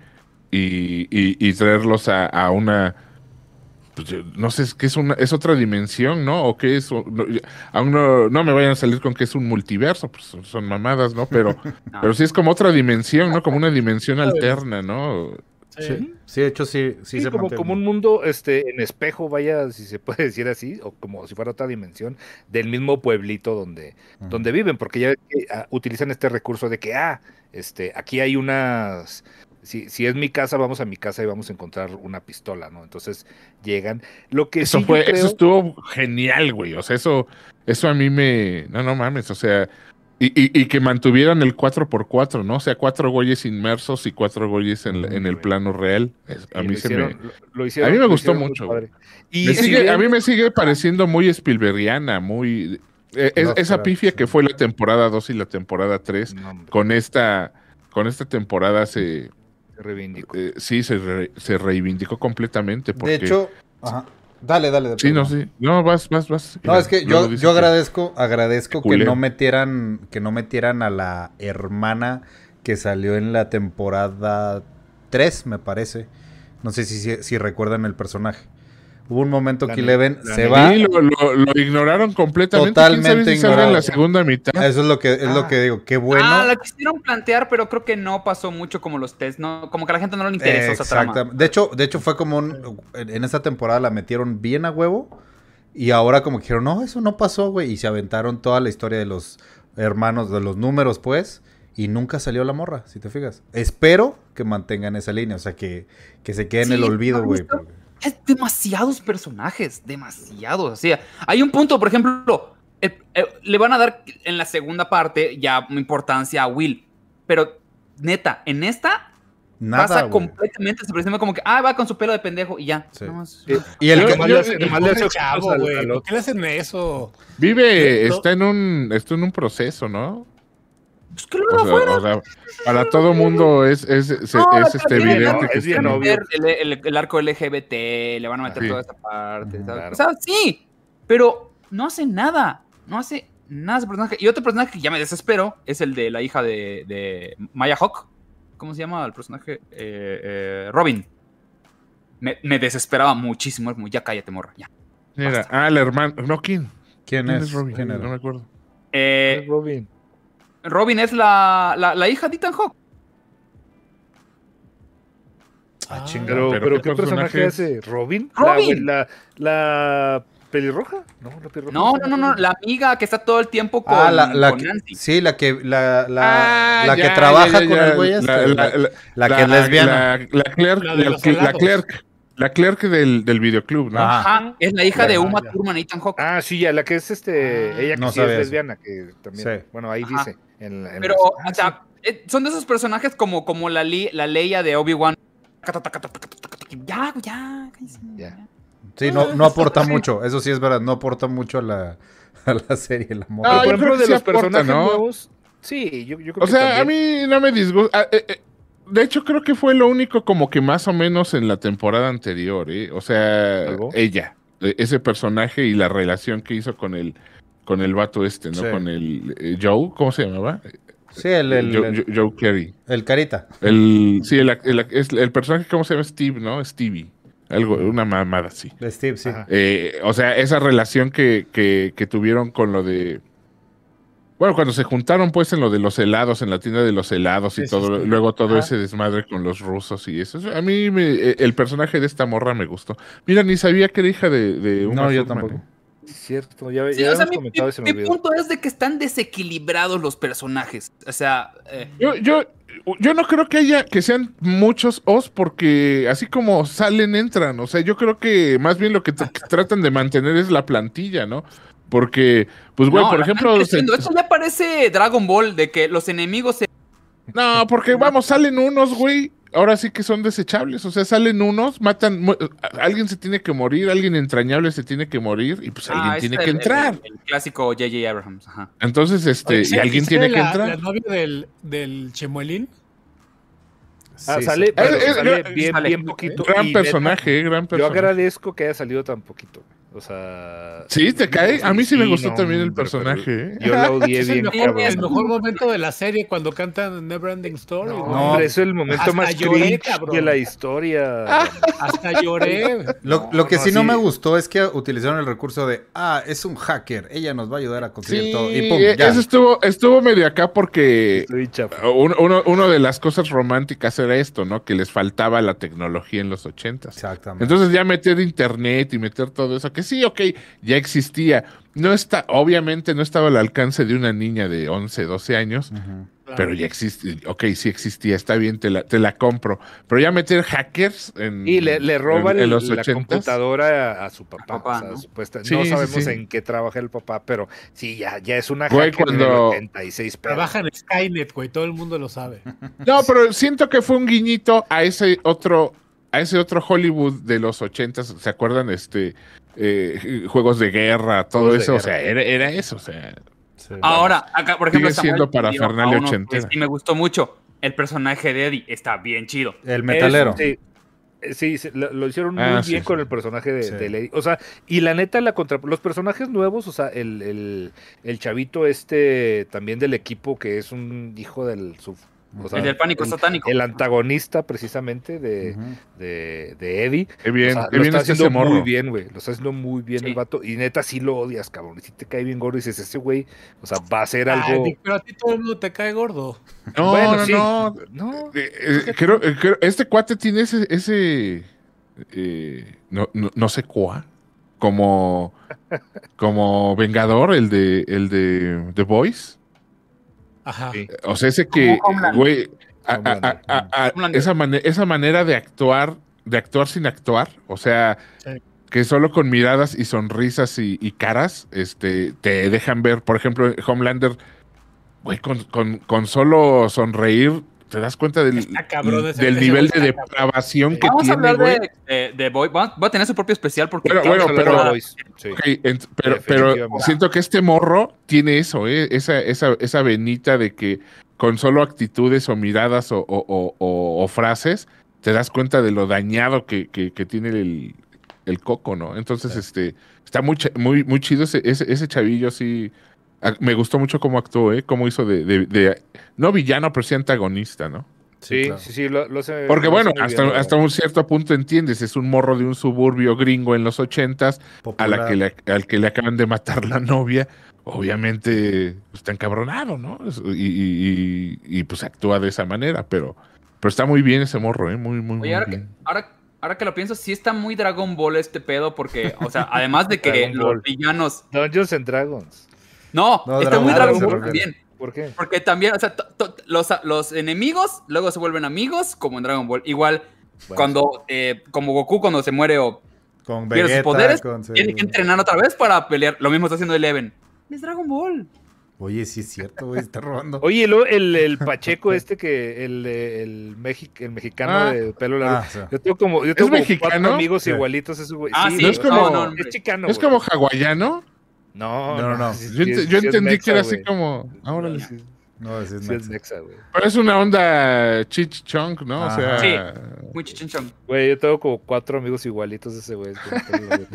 y, y- y traerlos a, a una, pues, yo no sé, es que es una, es otra dimensión, ¿no? O que es, o- no, aún no, no me vayan a salir con que es un multiverso, pues son, son mamadas, ¿no? Pero, No. pero sí es como otra dimensión, ¿no? Como una dimensión alterna, ¿no? Sí, sí, de hecho sí, sí, Sí, se como, mantiene. como un mundo este, en espejo, vaya, si se puede decir así, o como si fuera otra dimensión del mismo pueblito donde, Ujú. donde viven, porque ya ves que, ah, utilizan este recurso de que, ah, este, aquí hay unas, si, si es mi casa, vamos a mi casa y vamos a encontrar una pistola, ¿no? Entonces llegan. Lo que Eso sí yo fue, creo- eso estuvo genial, güey. O sea, eso, eso a mí me. No, no mames. O sea, y, y, y que mantuvieran el cuatro por cuatro, ¿no? O sea, cuatro güeyes inmersos y cuatro güeyes en, la- en el plano real. Es- a y mí lo se hicieron- me. lo- lo hicieron- a mí me lo gustó hicieron muy mucho, padre. Y me si sigue- bien- a mí me sigue pareciendo muy Spielbergiana, muy. eh, es- Lovecraft, esa pifia sí. que fue la temporada dos y la temporada tres, No, hombre, con esta. Con esta temporada se. se reivindicó. eh, sí, se, re- se reivindicó completamente. Porque, De hecho, ajá. Dale, dale. dale, Sí, no, perdón. sí. No, vas, vas, vas. No, es que Luego yo, dice yo que- agradezco, agradezco que que culero. no metieran, que no metieran a la hermana que salió en la temporada tres, me parece. No sé si, si, si recuerdan el personaje. Hubo un momento La que ne- Eleven la se ne- va. Sí, lo, lo- lo ignoraron completamente. Totalmente ¿Quién sabe si salga en ignorado. la segunda mitad? Eso es lo que es lo Ah. que digo. Qué bueno. Ah, la quisieron plantear, pero creo que no pasó mucho como los test, ¿no? Como que a la gente no le interesó esa trama. Exactamente. De hecho, de hecho fue como un, en en esta temporada la metieron bien a huevo y ahora como que dijeron, no, eso no pasó, güey, y se aventaron toda la historia de los hermanos, de los números, pues, y nunca salió la morra, si te fijas. Espero que mantengan esa línea, o sea, que, que se quede en Sí, el olvido, ¿no has güey. visto? porque- Es demasiados personajes, demasiados. O sea, hay un punto, por ejemplo, eh, eh, le van a dar en la segunda parte ya importancia a Will, pero neta, en esta Nada, pasa güey. completamente, se presenta como que, ah, va con su pelo de pendejo y ya. Sí. No, es- Sí. Y el Yo- que- Nomás yo- le hace- nomás le hace Pobre ojitos chavo, al- güey. al ¿Por otro. qué le hacen eso? Vive, Yo- está en un, está en un proceso, ¿no? pues que lo O haga sea, afuera. o sea, para todo mundo es, es, se- No, es la este tiene, evidente ¿no? que Es bien está- obvio. meter el, el- el arco L G B T, le van a meter Sí. toda esta parte. Ujú, ¿sabes? claro. O sea, sí, pero no hace nada. No hace nada ese personaje. Y otro personaje que ya me desespero es el de la hija de, de Maya Hawk. ¿Cómo se llama el personaje? Eh, eh, Robin. me, me desesperaba muchísimo. Era como, ya cállate, morra, ya. Era, ah, el hermano. No, ¿quién? ¿Quién, ¿Quién es? es Robin? ¿Quién era? No me acuerdo. Eh, Robin. Robin es la, la, la hija de Ethan Hawke. Ah, chinga. Pero, pero pero ¿qué ¿qué personaje personaje? hace? ¿Robin? Robin. La, la, la pelirroja. No, la pelirroja. No, no, no, no, la amiga que está todo el tiempo con, Ah, la, la con que, Nancy. sí, la que la, la, Ah, la ya, que trabaja ya, ya, con ya. el güey este, La, la, la- la- la que la- es lesbiana. La, la clerk, La de la, los la helados. clerk, la clerk del, del videoclub, ¿no? Ajá. Ajá, es la hija Ya, de Uma ya. Thurman y Ethan Hawke. Ah, sí, ya, la que es este. Ah, ella que no sí sabía es eso. lesbiana, que también. Sí. Bueno, ahí Ajá. dice. En, la- en Pero, las- o sea, eh, son de esos personajes como, como la, Li- la Leia de Obi-Wan. Ya, ya, cállese, Ya. ya. Sí, no, no aporta mucho. Eso sí es verdad, no aporta mucho a la, a la serie, la Pero, morra. Ah, por yo ejemplo, creo que de sí los aporta, personajes ¿no? nuevos. Sí, yo, yo creo O que sea, a también. mí no me disgusta. ah, eh, eh, De hecho, creo que fue lo único como que más o menos en la temporada anterior, ¿eh? O sea, ¿Algo? ella, eh, ese personaje y la relación que hizo con el, con el vato este, ¿no? Sí. Con el eh, Joe, ¿cómo se llamaba? Sí, el, el, Joe, el, Joe- Joe Carey. el carita. El, sí, el, el, es- el personaje, ¿cómo se llama? Steve, ¿no? Stevie. Algo, una mamada así. De Steve, sí. Ajá. Eh, o sea, esa relación que, que, que tuvieron con lo de... Bueno, cuando se juntaron pues en lo de los helados, en la tienda de los helados y Sí, sí, todo, sí. luego todo Ajá. ese desmadre con los rusos y eso. A mí me- eh, el personaje de esta morra me gustó. Mira, ni sabía que era hija de, de Uma No, yo Thurman, tampoco. ¿eh? Es cierto, ya, Sí, ya o sea, habíamos mi, comentado mi- y se me mi olvidó. punto es de que están desequilibrados los personajes. O sea, eh, Yo, yo, yo no creo que haya, que sean muchos os, porque así como salen, entran. O sea, yo creo que más bien lo que, tr- que tratan de mantener es la plantilla, ¿no? Porque, pues, güey, no, por la están ejemplo, se- creciendo. Esto ya parece Dragon Ball, de que los enemigos se... no, porque vamos, salen unos, güey, ahora sí que son desechables. O sea, salen unos, matan, mu- alguien se tiene que morir, alguien entrañable se tiene que morir, y pues alguien Ah, tiene este, que el- entrar. El, el clásico J J Abrams, ajá. Entonces, este, Oye, y ¿sí- alguien sí tiene sale que la, entrar. La novia del, del Chemuelín. Ah, Sí, sale, sí. pero Eh, eh, sale no, bien, sale. bien poquito. Gran y neta, personaje, eh, gran Yo personaje. agradezco que haya salido tan poquito. O sea. ¿Sí? ¿Te cae? A mí sí me gustó no, también el hombre, personaje, pero ¿eh? Yo la odié Es el bien, mejor, cabrón. el mejor momento de la serie cuando cantan Neverending Story. No, güey. hombre, es el momento Hasta más lloré, cringe cabrón. de la historia. Hasta lloré. Lo, lo que no, sí no sí. me gustó es que utilizaron el recurso de, ah, es un hacker, ella nos va a ayudar a conseguir Sí, todo. Y pum, eh, ya. eso estuvo, estuvo medio acá porque Estoy chafa. uno, uno, uno de las cosas románticas era esto, ¿no? Que les faltaba la tecnología en los ochentas. Exactamente. Entonces ya meter internet y meter todo eso, que sí, ok, ya existía. No está, obviamente no estaba al alcance de una niña de once, doce años, Ujú. pero ya existe, ok, sí existía, está bien, te la, te la compro. Pero ya meter hackers en, Y le, le roban en, en los la ochentas. computadora a, a su papá. Papá, o sea, ¿no? supuesta- Sí, no sí, sabemos sí. en qué trabaja el papá, pero sí, ya, ya es una Güey, hacker cuando- del ochenta y seis. pero- Trabaja en Skynet, güey. Todo el mundo lo sabe. No, pero siento que fue un guiñito a ese otro, a ese otro Hollywood de los ochentas, ¿se acuerdan? Este eh, juegos de guerra, todo Juegos de eso, o guerra. sea, era, era eso, o sea. Sí. Ahora, acá, por ejemplo, Sigue Samuel siendo pidió parafernalia a uno que ochentera. sí me gustó mucho. El personaje de Eddie está bien chido. El metalero. Eso, sí. Eh, Sí, se- lo, lo hicieron muy Ah, sí, bien sí. con el personaje de, Sí. de Lady. O sea, y la neta, la contra... los personajes nuevos, o sea, el, el, el chavito este también del equipo que es un hijo del... su- o sea, El del pánico el- satánico. El antagonista precisamente de, Ujú. de, de Eddie. Qué bien, O sea, qué lo bien está está haciendo ese morro. muy bien, güey. Lo está haciendo muy bien Sí. el vato. Y neta, sí lo odias, cabrón. Y si te cae bien gordo y dices, ese güey, o sea, va a hacer Ay, algo. Dick, pero a ti todo el mundo te cae gordo. No, Bueno, no, sí. no. No, Eh, eh, creo, eh, creo- este cuate tiene ese, ese eh, no, no, no sé cuál, como, como Vengador, el de, el de The Voice. Ajá. Sí. O sea, ese que, Como Homelander. güey, a- a- Homelander. a- a- a- Homelander. esa, mane- esa manera de actuar, de actuar sin actuar, o sea, Sí. que solo con miradas y sonrisas y, y caras, este, te dejan ver, por ejemplo, Homelander, güey, con, con, con solo sonreír, te das cuenta del, Está cabrón ese- del ese nivel güey de está cabrón. depravación que Vamos a tiene, hablar güey. de, de, de Boy. Va, va a tener su propio especial porque... Bueno, Vamos a bueno, hablar pero- de la- Boys, sí. Ok, ent- pero, pero Definitivamente. siento que este morro tiene eso, ¿eh? esa, esa, esa venita de que con solo actitudes o miradas o, o- o- o- o frases te das cuenta de lo dañado que, que- que tiene el, el coco, ¿no? Entonces, este, está muy, ch- muy, muy chido ese, ese, ese chavillo, sí. Ah, me gustó mucho cómo actuó, ¿eh? Cómo hizo de, de- de- no villano, pero sí antagonista, ¿no? Sí, claro. sí, sí, lo, lo hace. Porque lo bueno, hace muy hasta, bien, la hasta verdad. un cierto punto entiendes, es un morro de un suburbio gringo en los ochentas a la que le, al que le acaban de matar la novia. Obviamente está encabronado, ¿no? Es- Y, y- y- y, pues actúa de esa manera, pero, pero está muy bien ese morro, ¿eh? Muy, muy, Oye, muy ahora que, bien. ahora, ahora que lo pienso, sí está muy Dragon Ball este pedo, porque, o sea, además de que Dragon los Ball. villanos. Dungeons and Dragons. No, No, está Dragon muy Ball Dragon se Ball refiere. también. ¿Por qué? Porque también, o sea, to- to- los, los enemigos luego se vuelven amigos, como en Dragon Ball. Igual, Bueno, cuando, eh, como Goku cuando se muere o Con pierde sus Vegeta, poderes, con... tiene que entrenar otra vez para pelear. Lo mismo está haciendo Eleven. Es Dragon Ball. Oye, sí es cierto, güey, está robando. Oye, lo- el, el Pacheco este que, el, de- el, Mexi- el mexicano Ah. de pelo largo. Ah, o sea, Yo tengo como, yo tengo como mexicano? cuatro amigos Sí. igualitos a ese güey. Ah, sí, sí, ¿No es güey, o como- sea, no, no, es chicano, ¿Es güey. como hawaiano? No, No, no, no. sí, Yo, sí ent- es- yo sí es entendí mexa, que era así güey. como... ah, órale. Sí, no, sí es sí es Mexa. mexa, güey. Pero es una onda chich chong, ¿no? O Ajá. sea... Muy chichinchón. Güey, yo tengo como cuatro amigos igualitos a ese güey. con el pelo largo.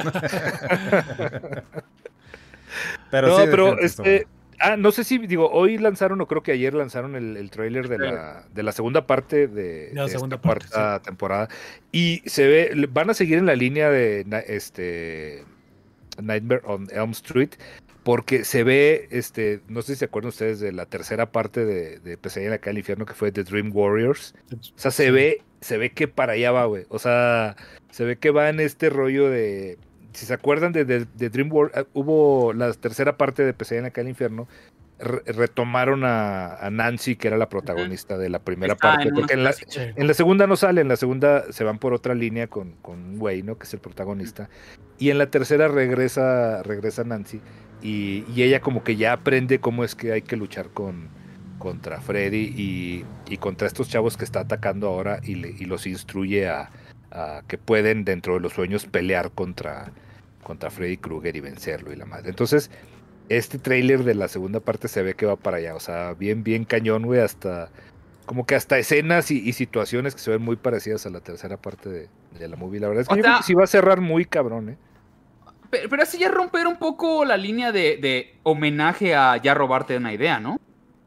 Pero No, sí, pero déjate, está este. Ah, no sé si, digo, hoy lanzaron, o creo que ayer lanzaron el, el tráiler de la, de la segunda parte de, La de segunda esta parte, cuarta temporada. Y se ve, van a seguir en la línea de na- este Nightmare on Elm Street, porque se ve, este, no sé si se acuerdan ustedes de la tercera parte de, de Pesadilla en la calle del infierno, que fue The Dream Warriors. O sea, se Sí. ve, se ve que para allá va, güey. O sea, se ve que va en este rollo de. Si se acuerdan de, de, de Dream World, ah, hubo la tercera parte de Pesadilla en la calle del infierno. re- retomaron a, a Nancy, que era la protagonista de la primera Está parte. en Porque en una la, especie- Sí. en la segunda no sale, en la segunda se van por otra línea con, con un güey, ¿no? Que es el protagonista. Y en la tercera regresa, regresa Nancy. Y, y ella como que ya aprende cómo es que hay que luchar con, contra Freddy y, y contra estos chavos que está atacando ahora y, le- y los instruye a, a que pueden dentro de los sueños pelear contra, contra Freddy Krueger y vencerlo y la madre. Entonces, este tráiler de la segunda parte se ve que va para allá, o sea, bien, bien cañón, güey, hasta como que hasta escenas y, y situaciones que se ven muy parecidas a la tercera parte de, de la movie. La verdad es que O yo sea- creo que sí va a cerrar muy cabrón, ¿eh? Pero, pero así ya romper un poco la línea de, de homenaje a ya robarte una idea, ¿no?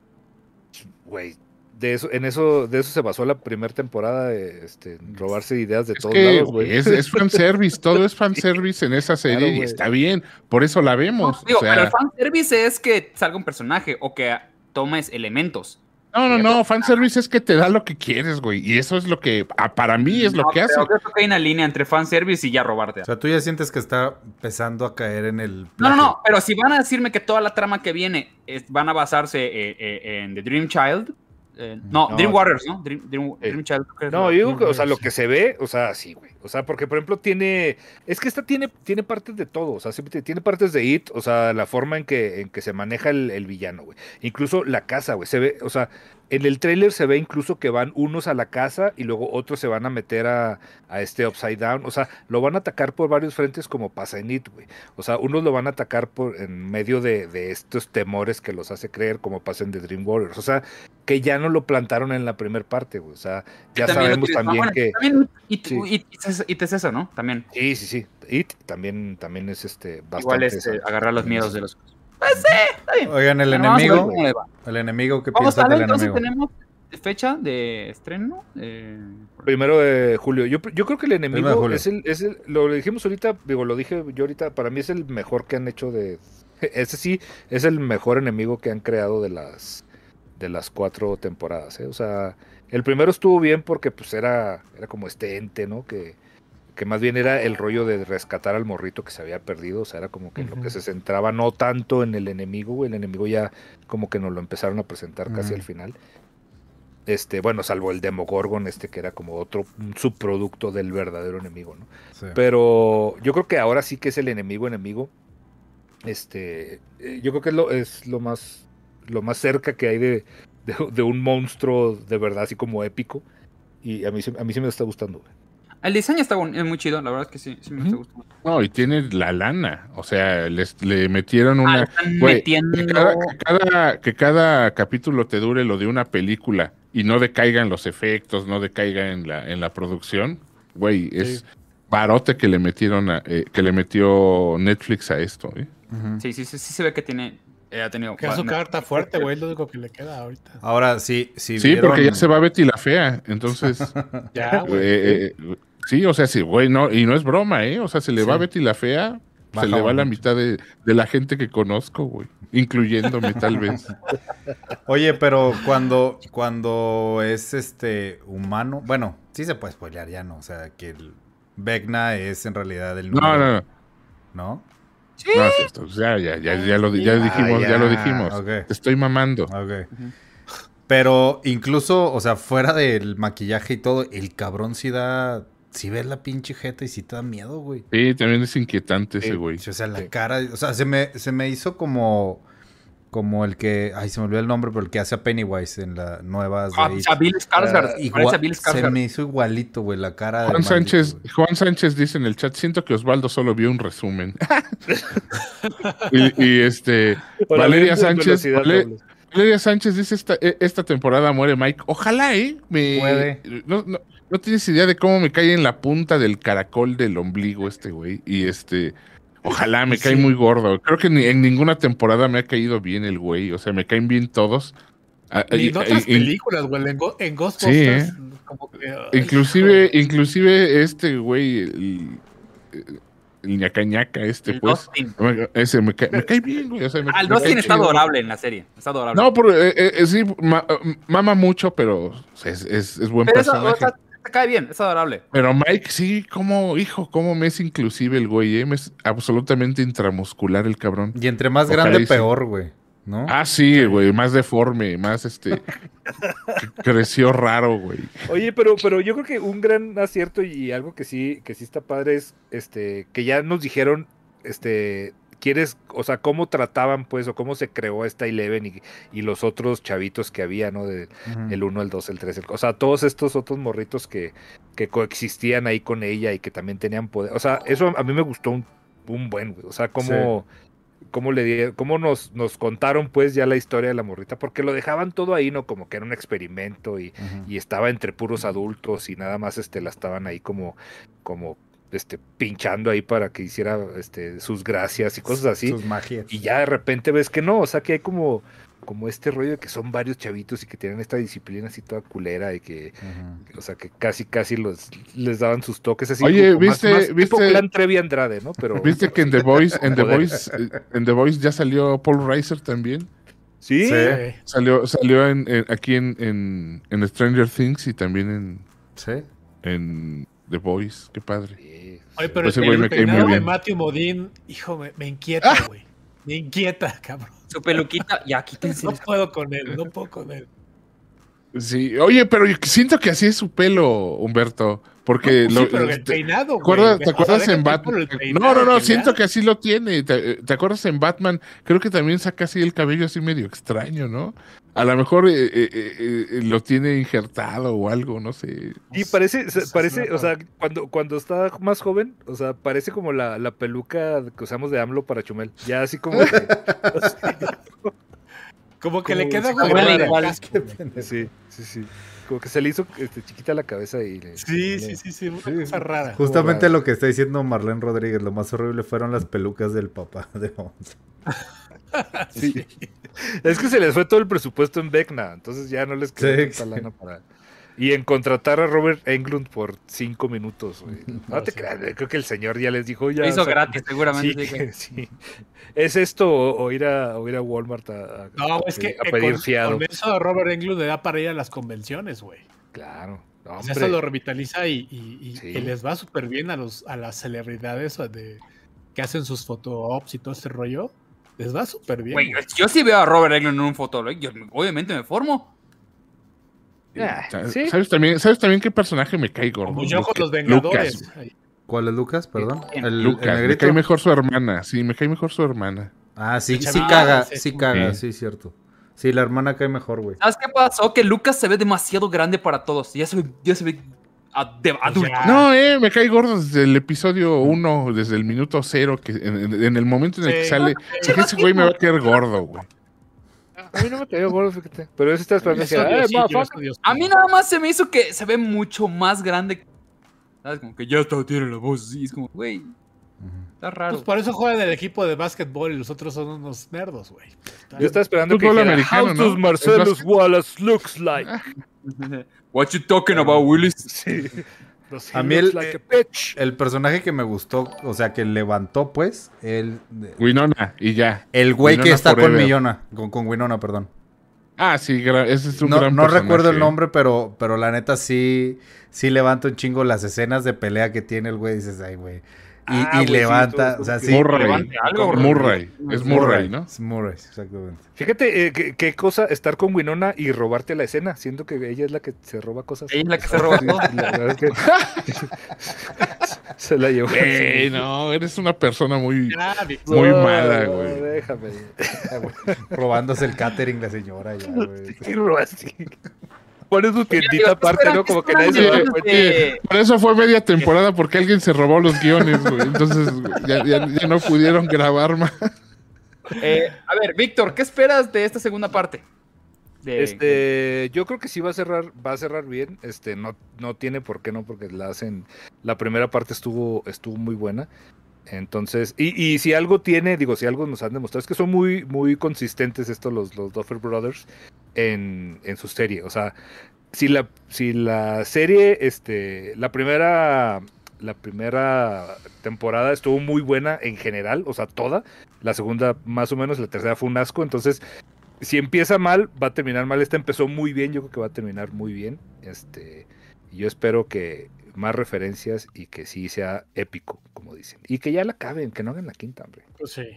Güey, de eso, en eso, de eso se basó la primera temporada, de, este, robarse ideas de Es todos que lados, güey. es, es fanservice, todo es fanservice en esa serie Claro, y güey. está bien, por eso la vemos. Digo, o sea, pero el fanservice es que salga un personaje o que tomes elementos. no, no, no, fanservice es que te da lo que quieres, güey, y eso es lo que, ah, para mí es lo No, que hace. pero creo que hay una línea entre fanservice y ya robarte. O sea, tú ya sientes que está empezando a caer en el... No, no, plagio. no, pero si van a decirme que toda la trama que viene es- van a basarse eh, eh, en The Dream Child. eh, no, No. Dream Warriors, ¿no? Dream, Dream- Sí. Dream Child. creo que es No, la- yo digo que, o sea, Sí. lo que se ve, o sea, sí, güey. O sea, porque, por ejemplo, tiene. Es que esta tiene, tiene partes de todo. O sea, siempre tiene- tiene partes de It, o sea, la forma en que, en que se maneja el, el villano, güey. Incluso la casa, güey. Se ve, o sea, en el tráiler se ve incluso que van unos a la casa y luego otros se van a meter a, a este Upside Down. O sea, lo van a atacar por varios frentes como pasa en It, güey. O sea, unos lo van a atacar por en medio de, de estos temores que los hace creer como pasa en The Dream Warriors. O sea, que ya no lo plantaron en la primera parte, güey. O sea, ya también lo sabemos tienes- también bueno, que... también It, Sí. It- It es- It es eso, ¿no? También. Sí, sí, sí. It también, también es este bastante. Igual este, esa- agarrar los miedos de los. Pues sí, está bien. Oigan, el Bueno, vamos a ver enemigo, cómo le va. el enemigo, ¿qué Vamos a piensan ver, del entonces enemigo? tenemos fecha de estreno. Eh, Primero de julio. Yo, yo creo que el Primero de enemigo julio. es el, es el. Lo dijimos ahorita, digo, lo dije yo ahorita. Para mí es el mejor que han hecho de. Ese sí, es el mejor enemigo que han creado de las de las cuatro temporadas, ¿eh? O sea, el primero estuvo bien porque pues era, era como este ente, ¿no? Que, que más bien era el rollo de rescatar al morrito que se había perdido, o sea, era como que en lo Ujú. que se centraba no tanto en el enemigo, güey, el enemigo ya como que nos lo empezaron a presentar casi Ujú. al final. Este, bueno, salvo el Demogorgon, este que era como otro un subproducto del verdadero enemigo, ¿no? Sí. Pero yo creo que ahora sí que es el enemigo enemigo. Este, eh, yo creo que es lo, es lo más lo más cerca que hay de, de, de un monstruo de verdad, así como épico. Y a mí, sí- a mí sí me está gustando, güey. el diseño está bon- es muy chido, la verdad es que sí, sí me está Ujú. gustando. No, y tiene la lana, o sea, les, le metieron Ah, una... le están güey, metiendo. que, cada, que, cada, que cada capítulo te dure lo de una película y no decaiga en los efectos, no decaiga en la, en la producción, güey, es Sí. barote que le metieron a- eh, que le metió Netflix a esto, ¿eh? Ujú. Sí, sí, sí, sí se ve que tiene, Eh, ha tenido... Que su carta fuerte, güey, es lo único que le queda ahorita. Ahora sí, sí. Sí, porque ya se va Betty la Fea, entonces... Ya, güey. eh, eh, sí, o sea, sí, güey, no, y no es broma, ¿eh? O sea, se le Sí. va Betty la Fea, Baja se le va la mucho. mitad de, de la gente que conozco, güey, incluyéndome tal vez. Oye, pero cuando, cuando es este humano, bueno, sí se puede spoilear ya, ¿no? O sea, que el Vecna es en realidad el No, número, no, no. ¿no? Sí. No, sí, esto, ya, ya, ya, ya lo, ya Ah, dijimos, ya, ya, lo dijimos. ok. Te estoy mamando. Ok. Pero incluso, o sea, fuera del maquillaje y todo, el cabrón sí da, sí ves la pinche jeta y sí te da miedo, güey. Sí, también es inquietante ese Sí. güey. O sea, la cara, o sea, se me, se me hizo como, como el que, ay, se me olvidó el nombre, pero el que hace a Pennywise en las nuevas de Ah, It. a Bill Skarsgård. Ah, Igual- Parece a Bill se Skarsgård. me hizo igualito, güey, la cara de Juan maldito, Sánchez, güey. Juan Sánchez dice en el chat, siento que Osvaldo solo vio un resumen. y, y, este, Hola, Valeria bien, Sánchez, velocidad Vale- doble. Valeria Sánchez dice esta, e- esta temporada muere Mike. Ojalá, ¿eh? Me, Puede. No, no, no tienes idea de cómo me cae en la punta del caracol del ombligo este güey. Y este, ojalá me cae Sí. muy gordo. Creo que ni, en ninguna temporada me ha caído bien el güey. O sea, me caen bien todos. Ah, Y y- en otras y- películas, güey, en, Go- en Ghostbusters, Sí, como que... ay, Inclusive, hijo. inclusive este güey, el, el ñaca ñaca este, El pues, Dustin. ese me cae, me cae bien, güey. O sea, me, Ah, el me cae Dustin está chido. adorable en la serie. Está adorable. No, pero eh, eh, sí, ma- mama mucho, pero es, es, es buen pero eso, o personaje. sea, te cae bien, es adorable. Pero Mike, sí, como, hijo, cómo me es inclusive el güey, ¿eh? Me es absolutamente intramuscular el cabrón. Y entre más Ojalá grande, y sí. peor, güey, ¿no? Ah, sí, güey, más deforme, más este, creció raro, güey. Oye, pero, pero yo creo que un gran acierto y algo que sí, que sí está padre es este, que ya nos dijeron, este, quieres, o sea, cómo trataban, pues, o cómo se creó esta Eleven y, y los otros chavitos que había, ¿no? De, Ujú. el uno, el dos, el tres, el, o sea, todos estos otros morritos que, que coexistían ahí con ella y que también tenían poder. O sea, eso a mí me gustó un, un buen, güey. O sea, cómo, cómo le di- cómo nos, nos contaron pues ya la historia de la morrita, porque lo dejaban todo ahí, ¿no? Como que era un experimento y, Ujú. y estaba entre puros adultos y nada más este la estaban ahí como, como este, pinchando ahí para que hiciera este, sus gracias y cosas así. Sus magias. Y ya de repente ves que no, o sea que hay como, como este rollo de que son varios chavitos y que tienen esta disciplina así toda culera y que, Ujú. o sea, que casi casi los, les daban sus toques así. Oye, como más- ¿viste- más tipo viste- plan Trevi Andrade, ¿no? Pero ¿Viste que en The Voice, en The Joder. Voice, eh, en The Voice ya salió Paul Reiser también? sí, Sí. Sí. Salió, salió en, en- aquí en, en, en Stranger Things y también en, Sí. en The Voice. Qué padre. Sí. Oye, pero Pues el, ese güey el me cae peinado muy de bien. Matthew Modine, hijo, me, me inquieta, güey. Me inquieta, cabrón. Su peluquita, ya quítense. No puedo con él, no puedo con él. Sí, oye, pero yo siento que así es su pelo, Humberto. Porque No, lo, sí, pero el te- peinado, ¿te acuerdas, güey. ¿te O sea, acuerdas déjate en el Batman? pelo, el No, peinado, no, no, que siento ya- que así lo tiene. ¿Te, te acuerdas en Batman? Creo que también saca así el cabello así medio extraño, ¿no? A lo mejor eh, eh, eh, eh, lo tiene injertado o algo, no sé. Y parece, se- Eso parece, es o sea, cuando, cuando está más joven, o sea, parece como la, la peluca que usamos de AMLO para Chumel. Ya así como que, Como que como- le queda sí, güey, como el huele igual. casco, güey. sí, sí, sí. Como que se le hizo este, chiquita la cabeza y le- Sí, le- sí, sí, sí, una cosa rara. Justamente raro. lo que está diciendo Marlene Rodríguez, lo más horrible fueron las pelucas del papá de Once. Sí. Es que se les fue todo el presupuesto en Vecna, entonces ya no les quedó Sí, tanta sí. lana para. Y en contratar a Robert Englund por cinco minutos, güey. No te sí. creas, güey, creo que el señor ya les dijo ya. Lo hizo o sea, gratis, seguramente. Sí, sí que- que- sí. ¿Es esto o, o ir a, o ir a Walmart a, a- No, a es que pedir, a eh, pedir con, fiado? con eso a Robert Englund le da para ir a las convenciones, güey. Claro. No, O sea, hombre. eso lo revitaliza y, y- y- Sí. y les va súper bien a los a las celebridades o de, que hacen sus foto-ops y todo este rollo. Les va súper bien. Güey, güey. yo sí veo a Robert Englund en un fotolog. Yo obviamente me formo. Ah, Sa- sí. ¿Sabes también, ¿Sabes también qué personaje me cae gordo? Como yo con Luca- los Vengadores. Lucas, Ay, ¿Cuál es Lucas? Perdón. ¿Quién? El, el Lucas, me negrito. cae mejor su hermana. Sí, me cae mejor su hermana. Ah, sí, El sí chavito, caga, ese. sí caga, Sí. sí, cierto. Sí, la hermana cae mejor, güey. ¿Sabes qué pasó? Que Lucas se ve demasiado grande para todos. Ya se ve, ya se ve a- de adulto. ya. No, eh, me cae gordo desde el episodio uno, desde el minuto cero, que en, en- en el momento en el que Sí. sale, dije, ese güey me va a caer gordo, güey. A mí no me cayó gordo, fíjate. Pero eso está esperando que Eso sea, "Eh, Diosillo, motherfucker". eso Diosillo. A mí nada más se me hizo que se ve mucho más grande. ¿Sabes? Como que ya está, tiene la voz así. Es como, güey. Está raro. Pues por eso juegan el equipo de básquetbol y los otros son unos nerdos, güey. Yo estaba esperando que Fútbol dijera, americano, "How ¿no? does Marcellus Es Wallace looks like?" What you talking about, Willis? Sí. Does he A mí looks el- like a bitch? El personaje que me gustó, o sea, que levantó, pues, el, Winona, y ya. el güey que Winona está con Forever. Winona, con, con Winona, perdón. Ah, sí, gra- ese es un No, gran no personaje. recuerdo el nombre, pero, pero la neta sí, sí levanta un chingo las escenas de pelea que tiene el güey. Dices, ay, güey. Y, Ah, y güey, sí, levanta, estuvo- o sea, estuvo sí. Murray. Levante algo, Murray. Es Murray, ¿no? Es Murray, exactamente. Fíjate, eh, qué, qué cosa estar con Winona y robarte la escena, siendo que ella es la que se roba cosas. Ella es la que se roba Sí, todo. la verdad es que se la llevó. Güey, no, eres una persona muy, Ah, muy No, mala, no, güey. Déjame. Robándose el catering la señora ya, güey. Y roba así. Pone su tiendita Digo, aparte, espera, ¿no? ¿qué Como que esperan nadie se da de- cuenta. de- Por eso fue media temporada, porque alguien se robó los guiones, güey. Entonces ya, ya- ya no pudieron grabar más. Eh, a ver, Víctor, ¿qué esperas de esta segunda parte? De- Este, yo creo que sí va a cerrar, va a cerrar bien. Este, no, no tiene por qué no, porque la hacen. La primera parte estuvo, estuvo muy buena. Entonces, y, y si algo tiene, digo, si algo nos han demostrado es que son muy, muy consistentes estos los, los Duffer Brothers en, en su serie. O sea, si la, si la serie, este, la primera, la primera temporada estuvo muy buena en general, o sea, toda. La segunda, más o menos, la tercera fue un asco. Entonces, si empieza mal, va a terminar mal. Esta empezó muy bien, yo creo que va a terminar muy bien. Este, y yo espero que más referencias y que sí sea épico, como dicen. Y que ya la acaben, que no hagan la quinta, hombre. Pues sí.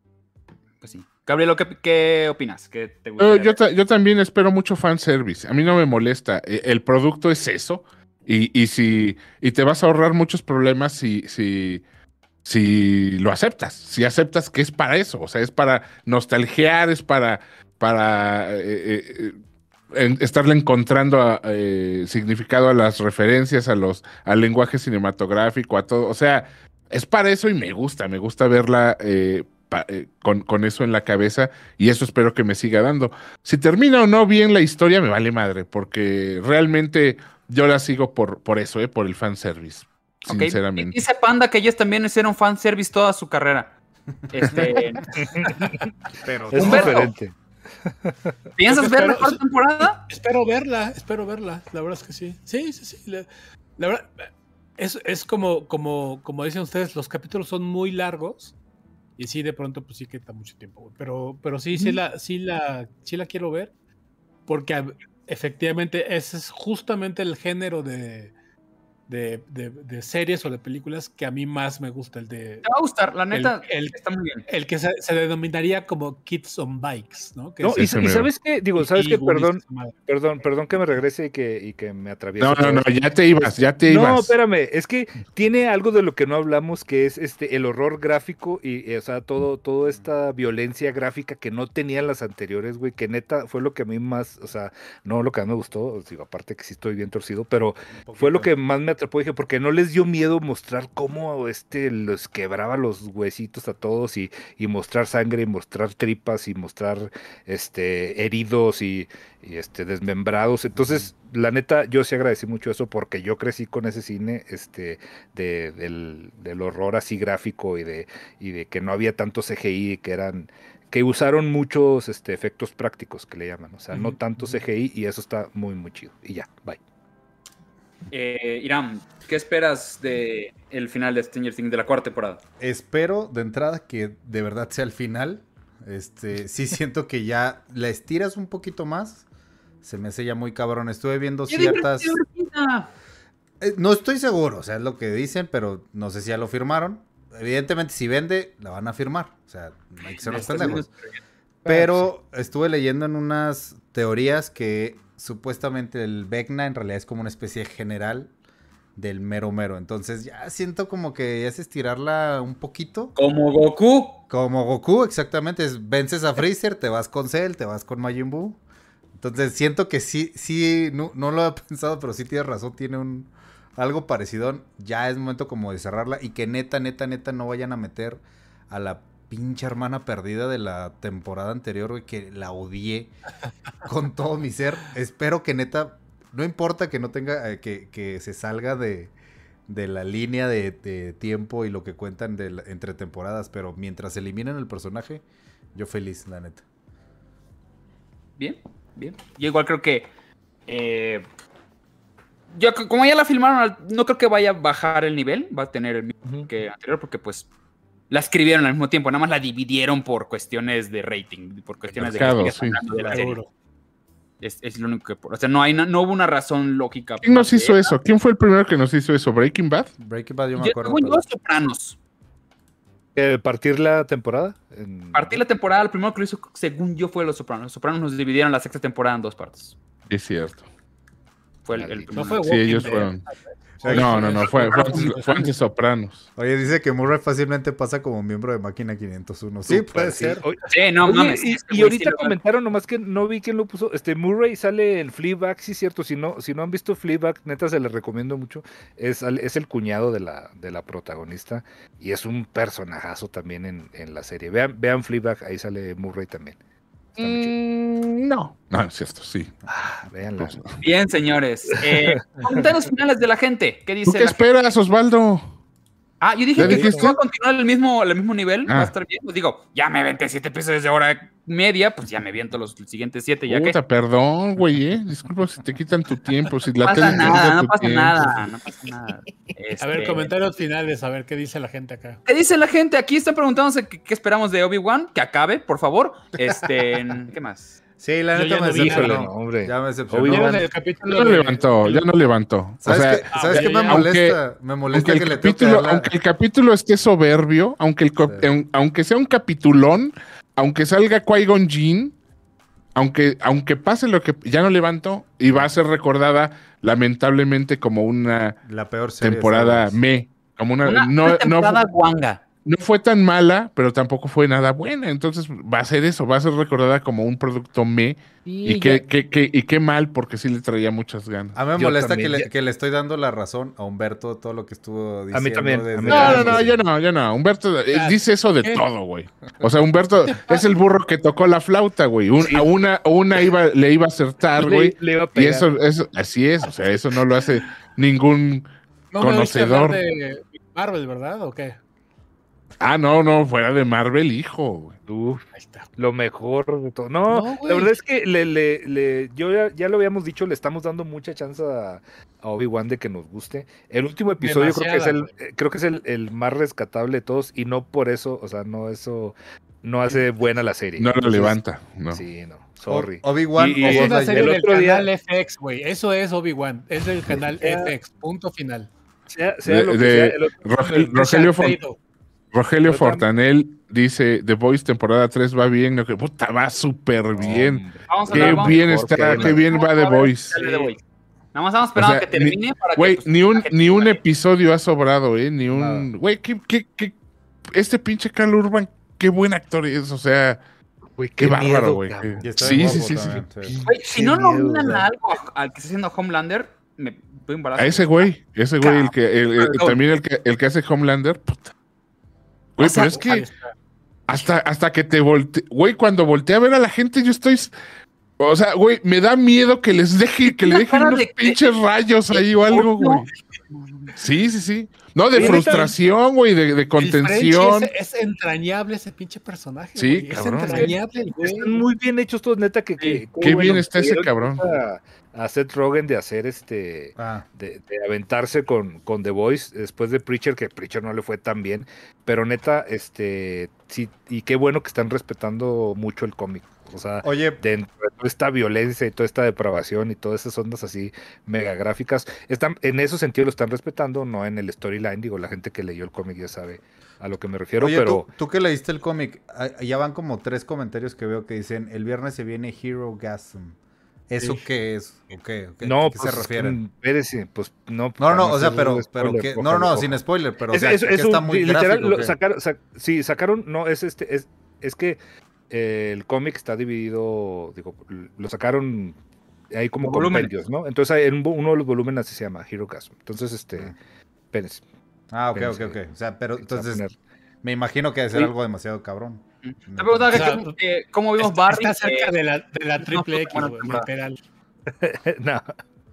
Pues sí. Gabriel, ¿qué, qué opinas? ¿Qué te Eh, gustaría yo, ver? ta- yo también espero mucho fanservice. A mí no me molesta. Eh, El producto es eso. Y, y si y te vas a ahorrar muchos problemas si, si, si lo aceptas. Si aceptas que es para eso. O sea, es para nostalgiar, es para, para eh, eh, en- estarle encontrando a, eh, significado a las referencias, a los, al lenguaje cinematográfico, a todo. O sea, es para eso y me gusta. Me gusta verla eh, pa- eh, con, con eso en la cabeza y eso espero que me siga dando. Si termina o no bien la historia, me vale madre, porque realmente yo la sigo por, por eso, eh, por el fanservice, Ok, sinceramente. Dice Panda que ellos también hicieron fanservice toda su carrera. Este, Pero Es Humberto. diferente. ¿Piensas ver la Espero- cuarta temporada? Espero verla, espero verla. La verdad es que sí. Sí, sí, sí. La, la verdad, es, es como, como, como dicen ustedes, los capítulos son muy largos. Y sí, de pronto, pues sí quita mucho tiempo. güey. Pero, pero sí, sí, la, sí, la, sí la quiero ver. Porque a- efectivamente ese es justamente el género de, de, de- de series o de películas que a mí más me gusta. El de Te va a gustar, la neta. el- el- está muy bien. el que se, se denominaría como Kids on Bikes, ¿no? Que No, es- y, ese y mero. ¿sabes qué? Digo, ¿sabes qué? y Goonies, Perdón, esa madre. perdón, perdón que me regrese y que, y que me atraviese. No, no, todo no, esto. ya te ibas, ya te ibas. No, espérame, es que tiene algo de lo que no hablamos, que es este el horror gráfico y, eh, o sea, todo, toda esta violencia gráfica que no tenían las anteriores, güey, que neta fue lo que a mí más, o sea, no lo que a mí me gustó, digo, aparte que sí estoy bien torcido, pero fue lo que más me atrapó, dije, porque no les dio miedo mostrar cómo este los quebraba los huesitos a todos y, y mostrar sangre y mostrar tripas y mostrar este heridos y, y, este desmembrados. Entonces, la neta, yo sí agradecí mucho eso porque yo crecí con ese cine este de, del, del horror así gráfico y de, y de que no había tanto C G I, que eran que usaron muchos este, efectos prácticos que le llaman, o sea, no Ujú, tanto ujú. C G I y eso está muy, muy chido. Y ya, bye. Eh, Irán, ¿qué esperas de el final de Stranger Things de la cuarta temporada? espero de entrada que de verdad sea el final. Este, sí siento que ya la estiras un poquito más. Se me hace ya muy cabrón. Estuve viendo ¡Qué ciertas. divertido, Regina! Eh, no estoy seguro, o sea, es lo que dicen, pero no sé si ya lo firmaron. Evidentemente, si vende, la van a firmar. O sea, no hay que ser Me los estás pendejos. viendo- Pero estuve leyendo en unas teorías que supuestamente el Vecna en realidad es como una especie general del mero mero. Entonces ya siento como que ya es estirarla un poquito. Como Goku. Como Goku, exactamente. Es, vences a Freezer, te vas con Cell, te vas con Majin Buu. Entonces siento que sí, sí, no, no lo he pensado, pero sí tienes razón, tiene un algo parecido. Ya es momento como de cerrarla y que neta, neta, neta no vayan a meter a la pinche hermana perdida de la temporada anterior, güey, que la odié con todo mi ser. Espero que neta, no importa que no tenga, eh, que, que se salga de, de la línea de, de tiempo y lo que cuentan de la- entre temporadas, pero mientras eliminan el personaje, yo feliz, la neta. Bien, bien. Yo igual creo que... eh, yo c- como ya la filmaron, al- no creo que vaya a bajar el nivel. Va a tener el mismo Ujú. que anterior porque pues la escribieron al mismo tiempo. Nada más la dividieron por cuestiones de rating, por cuestiones de que mercado, sigas sí. hablando de la serie. Seguro. Es, es lo único que... O sea, no, hay, no, no hubo una razón lógica. ¿Quién nos más de hizo esa. eso? ¿Quién fue el primero que nos hizo eso? ¿Breaking Bad? Breaking Bad, yo me Yo, acuerdo. según yo, pero- Sopranos. Eh, ¿Partir la temporada? En- Partí la temporada, el primero que lo hizo, según yo, fue Los Sopranos. Los Sopranos nos dividieron la sexta temporada en dos partes. Es cierto. Fue el, el Maldito. primero. No fue Sí, Walking ellos Dead. fueron. No, no, no, fue, fue, antes, fue antes Sopranos. Oye, dice que Murray fácilmente pasa como miembro de Máquina quinientos uno. Sí, Súper, puede sí. ser. Oye, Sí, no Oye, mames. y, ese y güey ahorita sí lo- comentaron, nomás que no vi quién lo puso. Este Murray sale en Fleabag, sí, cierto. Si no, si no han visto Fleabag, neta se les recomiendo mucho. Es, al- es el cuñado de la, de la protagonista y es un personajazo también en, en la serie. Vean, vean Fleabag, ahí sale Murray también. Está muy chido. Mm, no. No, es cierto, sí. Ah, véanla. Bien, señores. Eh, comentarios finales de la gente. ¿Qué ¿Tú dice qué la gente? esperas, Osvaldo? Ah, yo dije ¿Ya que dijiste? va a continuar el mismo, el mismo nivel. Va Ah. a estar bien. Pues digo, ya me aventé siete episodios de hora media. Pues ya me viento los siguientes siete. Ya que. Puta, perdón, güey, eh. Disculpa si te quitan tu tiempo. Si No la pasa tele te quita nada, no tu pasa tiempo. nada. No pasa nada. A ver, Este, comentarios finales, a ver qué dice la gente acá. ¿Qué dice la gente? Aquí están preguntándose qué, qué esperamos de Obi-Wan. Que acabe, por favor. Este, ¿qué más? Sí, la Yo neta ya me no vi decepcionó. nada. No, hombre. Ya me decepcionó. Obi-Wan- ¿Vieron no, el capítulo Ya no de- levantó, ya no levantó. O ¿Sabes sea, qué, ¿sabes ah, qué me ya, ya. molesta? me molesta aunque que el, le tengo que capítulo, dar la- aunque el capítulo esté soberbio, aunque, el, co- Sí. aun- aunque sea un capitulón, aunque salga Qui-Gon Jinn, aunque, aunque pase lo que ya no levantó, y va a ser recordada lamentablemente como una la peor serie de temporada Star Wars. me, como una, Una, no, una no, temporada guanga. no fue tan mala, pero tampoco fue nada buena. Entonces va a ser eso, va a ser recordada como un producto me. Y, Y qué, ya- qué- qué- y qué mal, porque sí le traía muchas ganas. A mí me Yo molesta también, que le, ya- que le estoy dando la razón a Humberto de todo lo que estuvo diciendo. A mí también, a desde- mí No, no, no, sí. yo no, yo no. Humberto eh, Ya, dice eso de ¿qué? todo, güey. O sea, Humberto es el burro que tocó la flauta, güey. Un- Sí. a una, una iba, le iba a acertar, Le- güey. le iba a Y pegar. eso, eso, así es. O sea, eso no lo hace ningún No me oíste conocedor. hablar de Marvel, ¿verdad? ¿O qué? Ah, no, no, fuera de Marvel, hijo, güey. Uf, Ahí está. lo mejor de todo. No, No, la güey. verdad es que le, le, le- yo ya, ya lo habíamos dicho, le estamos dando mucha chance a, a Obi-Wan de que nos guste. El último episodio creo que es, el, Demasiada, eh, creo que es el, el más rescatable de todos y no por eso, o sea, no eso no hace buena la serie. No lo Entonces, levanta, no. Sí, no, sorry. O- Obi-Wan Y- o y- Es Buzz una Lightyear. serie el del otro día- canal F X, güey. Eso es Obi-Wan. Es del canal sea- F X. Punto final. Sea, sea De- lo que de- sea, el otro- Rogel- Rogelio, For- Sharknado. Rogelio Yo tam- Fortanel dice: The Voice temporada tres va bien. No, que puta, va súper bien. Hombre. Vamos a Qué hablar, vamos bien mejor está, que qué la- bien va The a ver, Voice. dale, The Voice. Nada más estamos esperando O sea, que ni- termine para que. Güey, pues, ni la un, gente ni un vaya. episodio ha sobrado, ¿eh? Ni un. Nada. Güey, qué, qué, qué- este pinche Carl Urban, qué buen actor es. O sea, Güey, qué, bárbaro, miedo, güey. cabrón. Y está Sí, bien sí, guapo sí, sí. también, sí. Güey, si Qué no miedo, nominan o sea. a algo a- al que está haciendo Homelander, me doy un balazo. A ese güey, ese güey, el que, el- el- Perdón. también el que, el que hace Homelander, puta. Güey, O sea, pero es Ahí que está. hasta, hasta que te volte, güey, cuando volteé a ver a la gente, yo estoy, o sea, güey, me da miedo que les deje, que le Una dejen cara unos de- pinches rayos ahí o algo, güey. Sí, sí, sí. No, de Oye, neta, frustración, güey, de, de El French contención. Es, es entrañable ese pinche personaje. Sí, güey. Es cabrón. entrañable el güey. Están muy bien hechos todos, neta, que, que Sí. cómo, Qué bien bueno, está ese tuvieron cabrón. A, a Seth Rogen de hacer este, Ah, de, de aventarse con, con The Voice después de Preacher, que Preacher no le fue tan bien, pero neta, este, sí, y qué bueno que están respetando mucho el cómic. O sea, oye, dentro de toda esta violencia y toda esta depravación y todas esas ondas así mega gráficas, están, en ese sentido lo están respetando, no en el storyline. Digo, la gente que leyó el cómic ya sabe a lo que me refiero, oye pero tú, tú que leíste el cómic, ah, ya van como tres comentarios que veo que dicen, el viernes se viene Hero Gasm. ¿Eso Sí. qué es? ¿O qué? ¿O qué- no, ¿A qué pues, se refieren? mm, espérese, pues no. No, no, para o sea, hacer pero, un pero spoiler, ¿qué? ojo, No, no, ojo. sin spoiler, pero o Es- sea, es- que es está un- muy literal, gráfico. lo ¿qué? sacaron, sac- sí, sacaron, no, es este, es, es que eh, el cómic está dividido, digo, lo sacaron ahí como Por volúmenes. compendios, ¿no? Entonces hay en un- uno de los volúmenes así se llama Hero Gasm. Entonces, este, Ah. espérense. Ah, ok, ok, Pensé. ok. O sea, pero se va a entonces poner- me imagino que debe ser Sí. algo demasiado cabrón. Te preguntaba O sea, que, que- cómo vimos Está, Barry. está cerca eh, de la, de la triple no, X, buena güey, temporada. literal. no,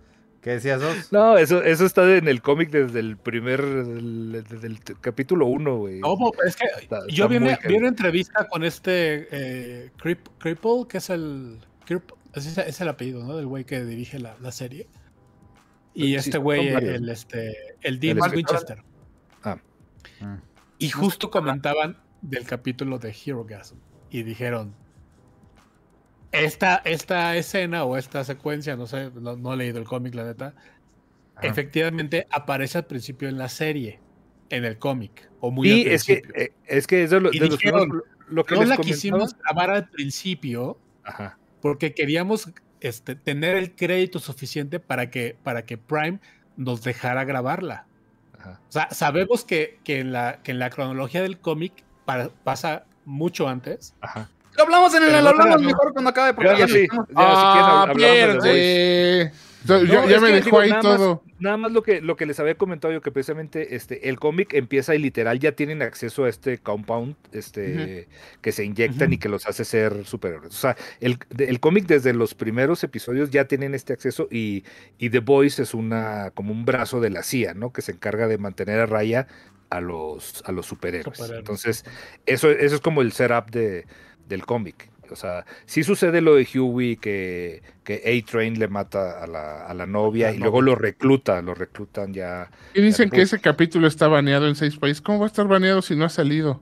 ¿Qué decías, Os? No, eso, eso está en el cómic desde el primer, del, desde el capítulo uno, güey. No, es que Está- yo está vi muy una, heavy. vi una entrevista con este eh, Crip- Cripple, que es el. Crip- es, es el apellido, ¿no? Del güey que dirige la, la serie. Y Sí, este son güey, varios, el, ¿no? este, el Dean El escritor. Winchester. Ah, Mm. Y justo comentaban del capítulo de Hero Gasm. Y dijeron. Esta, esta escena o esta secuencia, no sé, no, no he leído el cómic, la neta. Ajá. Efectivamente aparece al principio en la serie, en el cómic, o muy sí, al es que, principio. eh, es que eso es lo, Y de los dijeron, primeros- lo que no les la comentaba. quisimos grabar al principio Ajá. porque queríamos este, tener el crédito suficiente para que, para que Prime nos dejara grabarla. Ajá. O sea, sabemos que, que, en, la, que en la cronología del cómic pa- pasa mucho antes. Ajá. Lo hablamos en el, Pero lo no hablamos para- mejor cuando acabe, porque Ya, ya, sí. estamos- Ya, si quieren, Ah, hab- hablamos de The Voice. pierde. Yo- No, ya es me que, dejó digo, ahí nada todo. Más, nada más lo que, lo que les había comentado yo, que precisamente este, el cómic empieza y literal ya tienen acceso a este compound este, que se inyectan Ujú. y que los hace ser superiores. O sea, el, de- el cómic desde los primeros episodios ya tienen este acceso y, y The Voice es una como un brazo de la C I A, ¿no? Que se encarga de mantener a raya a los, a los superhéroes. Superhéroes. Entonces, eso, eso es como el setup de, del cómic. O sea, sí sucede lo de Huey, que, que A-Train le mata a la, a la novia La y luego novia. lo recluta, lo reclutan ya. Y dicen ya que ese capítulo está baneado en seis países. ¿Cómo va a estar baneado si no ha salido?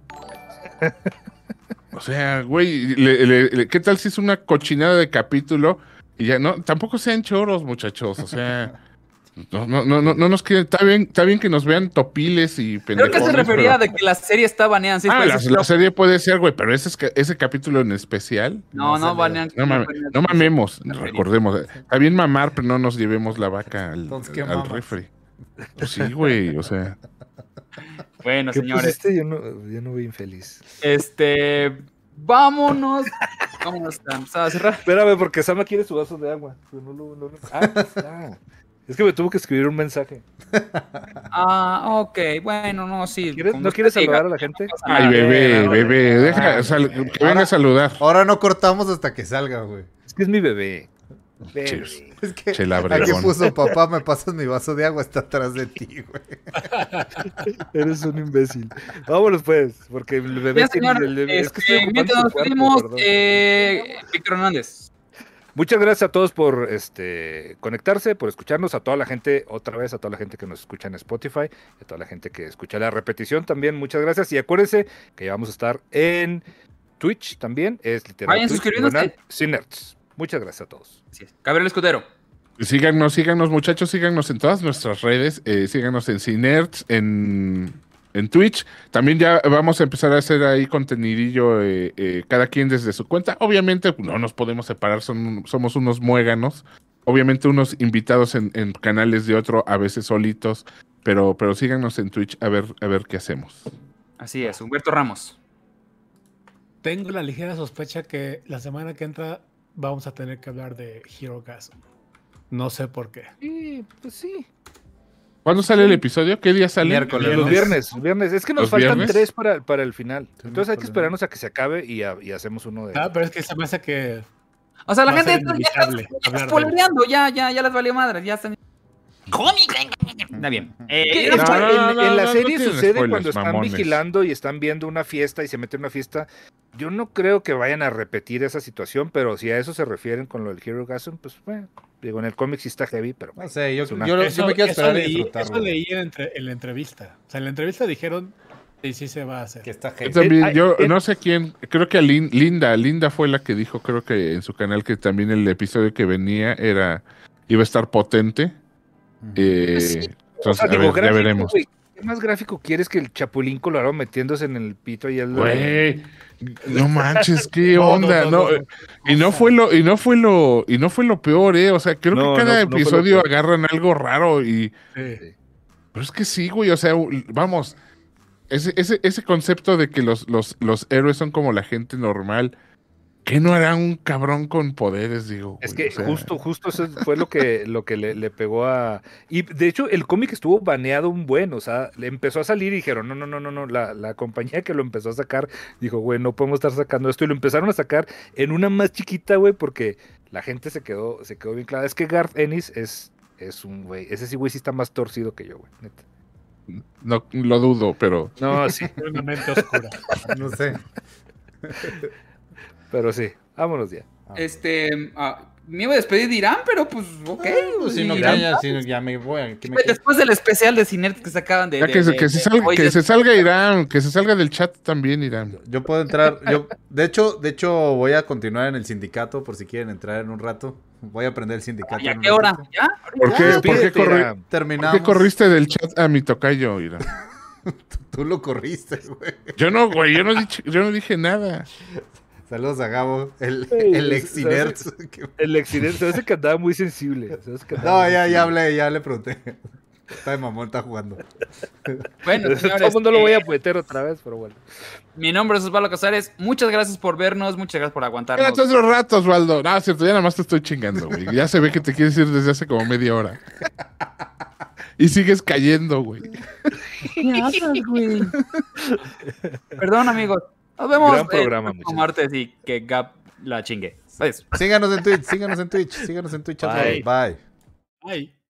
O sea, güey, le- le- le- ¿qué tal si es una cochinada de capítulo? Y ya no, tampoco sean choros, muchachos. O sea, no, no, no, no, no nos quieren. Está bien, está bien que nos vean topiles y Creo pendejos. que se refería de que la serie está baneada en seis Ah, la, países, la pero- serie puede ser, güey, pero ese, es que- ese capítulo en especial. No, no, sale. banean. No, mame- banean- no mamemos, la serie. recordemos. Está bien mamar, pero no nos llevemos la vaca al, Entonces, ¿qué al mamas? refri. Pues sí, güey, o sea. Bueno, ¿Qué señores, pusiste? Yo no, yo no voy infeliz. este, vámonos, vámonos a empezar a cerrar. Espérame, porque Sama quiere su vaso de agua. Pero no lo- no lo- Ah, aquí está. Es que me tuvo que escribir un mensaje. Ah, ok, bueno, no, sí. ¿Quieres- como ¿No usted quieres diga, saludar a la gente? no pasa Ay, nada. bebé, no, bebé, deja, ah, sal- que venga ahora- a saludar. Ahora no cortamos hasta que salga, güey. Es que es mi bebé. Bebé. Cheers. Es que Chela aquí Bregón. puso papá, me pasas mi vaso de agua, está atrás de ti, güey. Eres un imbécil. Vámonos pues, porque el bebé Bien, tiene- señor, el bebé- es que este, estoy ocupando mientras su nos cuarto, despedimos, perdón. eh, Víctor Hernández. Muchas gracias a todos por este conectarse, por escucharnos, a toda la gente, otra vez, a toda la gente que nos escucha en Spotify, a toda la gente que escucha la repetición también, muchas gracias. Y acuérdense que ya vamos a estar en Twitch también, es literal. Vayan Twitch, suscribiéndose. diagonal Cinerts. Muchas gracias a todos. Así es. Gabriel Escudero. Síganos, síganos, muchachos, síganos en todas nuestras redes, eh, síganos en Cinerts, en, en Twitch. También ya vamos a empezar a hacer ahí contenidillo, eh, eh, cada quien desde su cuenta. Obviamente no nos podemos separar, son, somos unos muéganos. Obviamente unos invitados en, en canales de otro, a veces solitos, pero, pero síganos en Twitch a ver, a ver qué hacemos. Así es, Humberto Ramos. Tengo la ligera sospecha que la semana que entra vamos a tener que hablar de Hero Gasm. No sé por qué. Sí, pues sí. ¿Cuándo sale el episodio? ¿Qué día sale? Miércoles. Los viernes, los viernes. Es que nos ¿Los faltan viernes? tres para, para el final. Entonces hay que miércoles. esperarnos a que se acabe y, a- y hacemos uno de... Ah, pero es que se me hace que O sea, la Va a gente ser ya está, inevitable ya está hablar de él. spoilereando, ya, ya, ya les valió madre, ya están. Cómic. Está bien. Eh, Que eh, es que No, no, en, no, en no, la no serie tienen sucede spoilers, cuando están mamones. vigilando y están viendo una fiesta y se meten en una fiesta. Yo no creo que vayan a repetir esa situación, pero si a eso se refieren con lo del Hero Gasm, pues bueno, digo, en el cómic sí está heavy, pero No sé, yo, Es una- yo, yo eso, me quiero eso esperar y leí, disfrutarlo. eso leí en, entre- en la entrevista. O sea, en la entrevista dijeron que sí se va a hacer. Que está Yo heavy. también, Eh, yo eh, no sé quién, creo que a Lin- Linda, Linda fue la que dijo, creo que en su canal que también el episodio que venía era, iba a estar potente. Eh, Sí. o entonces, sea, a digo, ver, ya gráfico, veremos. güey, ¿qué más gráfico quieres que el Chapulín Colorado metiéndose en el pito y el... Güey, no manches, qué No, no, onda, no, no, no, no. eh, y no fue lo, y no fue lo, y no fue lo peor, eh, o sea, creo No, que cada no, no fue lo episodio peor. agarran algo raro y, Sí. pero es que sí, güey, o sea, vamos, ese, ese, ese concepto de que los, los, los héroes son como la gente normal, ¿qué no hará un cabrón con poderes, digo? Es güey? que O sea, justo, justo eso fue lo que, lo que le, le pegó a... Y de hecho el cómic estuvo baneado un buen, o sea, le empezó a salir y dijeron, no, no, no, no, no, la, la compañía que lo empezó a sacar dijo, güey, no podemos estar sacando esto, y lo empezaron a sacar en una más chiquita, güey, porque la gente se quedó, se quedó bien clara. Es que Garth Ennis es es un güey. Ese sí, güey, sí está más torcido que yo, güey. Neta. No lo dudo, pero. No, sí. Una mente oscura. No sé. Pero sí, vámonos ya. Este, ah, me iba a despedir de Irán, pero pues, ok. Pues, si no, Irán. ya, ya, si no, ya me voy. ¿qué me Después del especial de Cinert que se acaban de... Ya de- que, se, de- que, se de- salga, hoy que de- se salga Irán, que se salga del chat también Irán. Yo puedo entrar, yo, de hecho, de hecho voy a continuar en el sindicato por si quieren entrar en un rato. Voy a aprender el sindicato. ¿Y a en un qué hora? ratito. ¿Ya? ¿Por Ya. qué, por qué, Despídete, corri- Irán. por Terminamos. qué corriste del chat a mi tocayo, Irán? Tú lo corriste, güey. Yo no, güey, yo no, dije, yo no dije nada. Saludos a Gabo, el, Ey, el se- ex Inerts. El accidente, se hace que andaba muy sensible. Se hace que andaba No, muy ya, ya sensible. hablé, ya le pregunté. Está de mamón, está jugando. Bueno, Todo señores, el mundo lo voy a eh, meter otra vez, pero bueno. mi nombre es Osvaldo Casares. Muchas gracias por vernos, muchas gracias por aguantarnos. Quédate otro rato, Osvaldo. No, es cierto, ya nada más te estoy chingando, güey. Ya se ve que te quieres ir desde hace como media hora. Y sigues cayendo, güey. ¿Qué haces, güey? Perdón, amigos. Nos vemos Gran programa, el próximo muchachos. martes y que Gab la chingue. Adiós. Síganos en Twitch, síganos en Twitch, síganos en Twitch. a todos. Bye. Bye. Ay.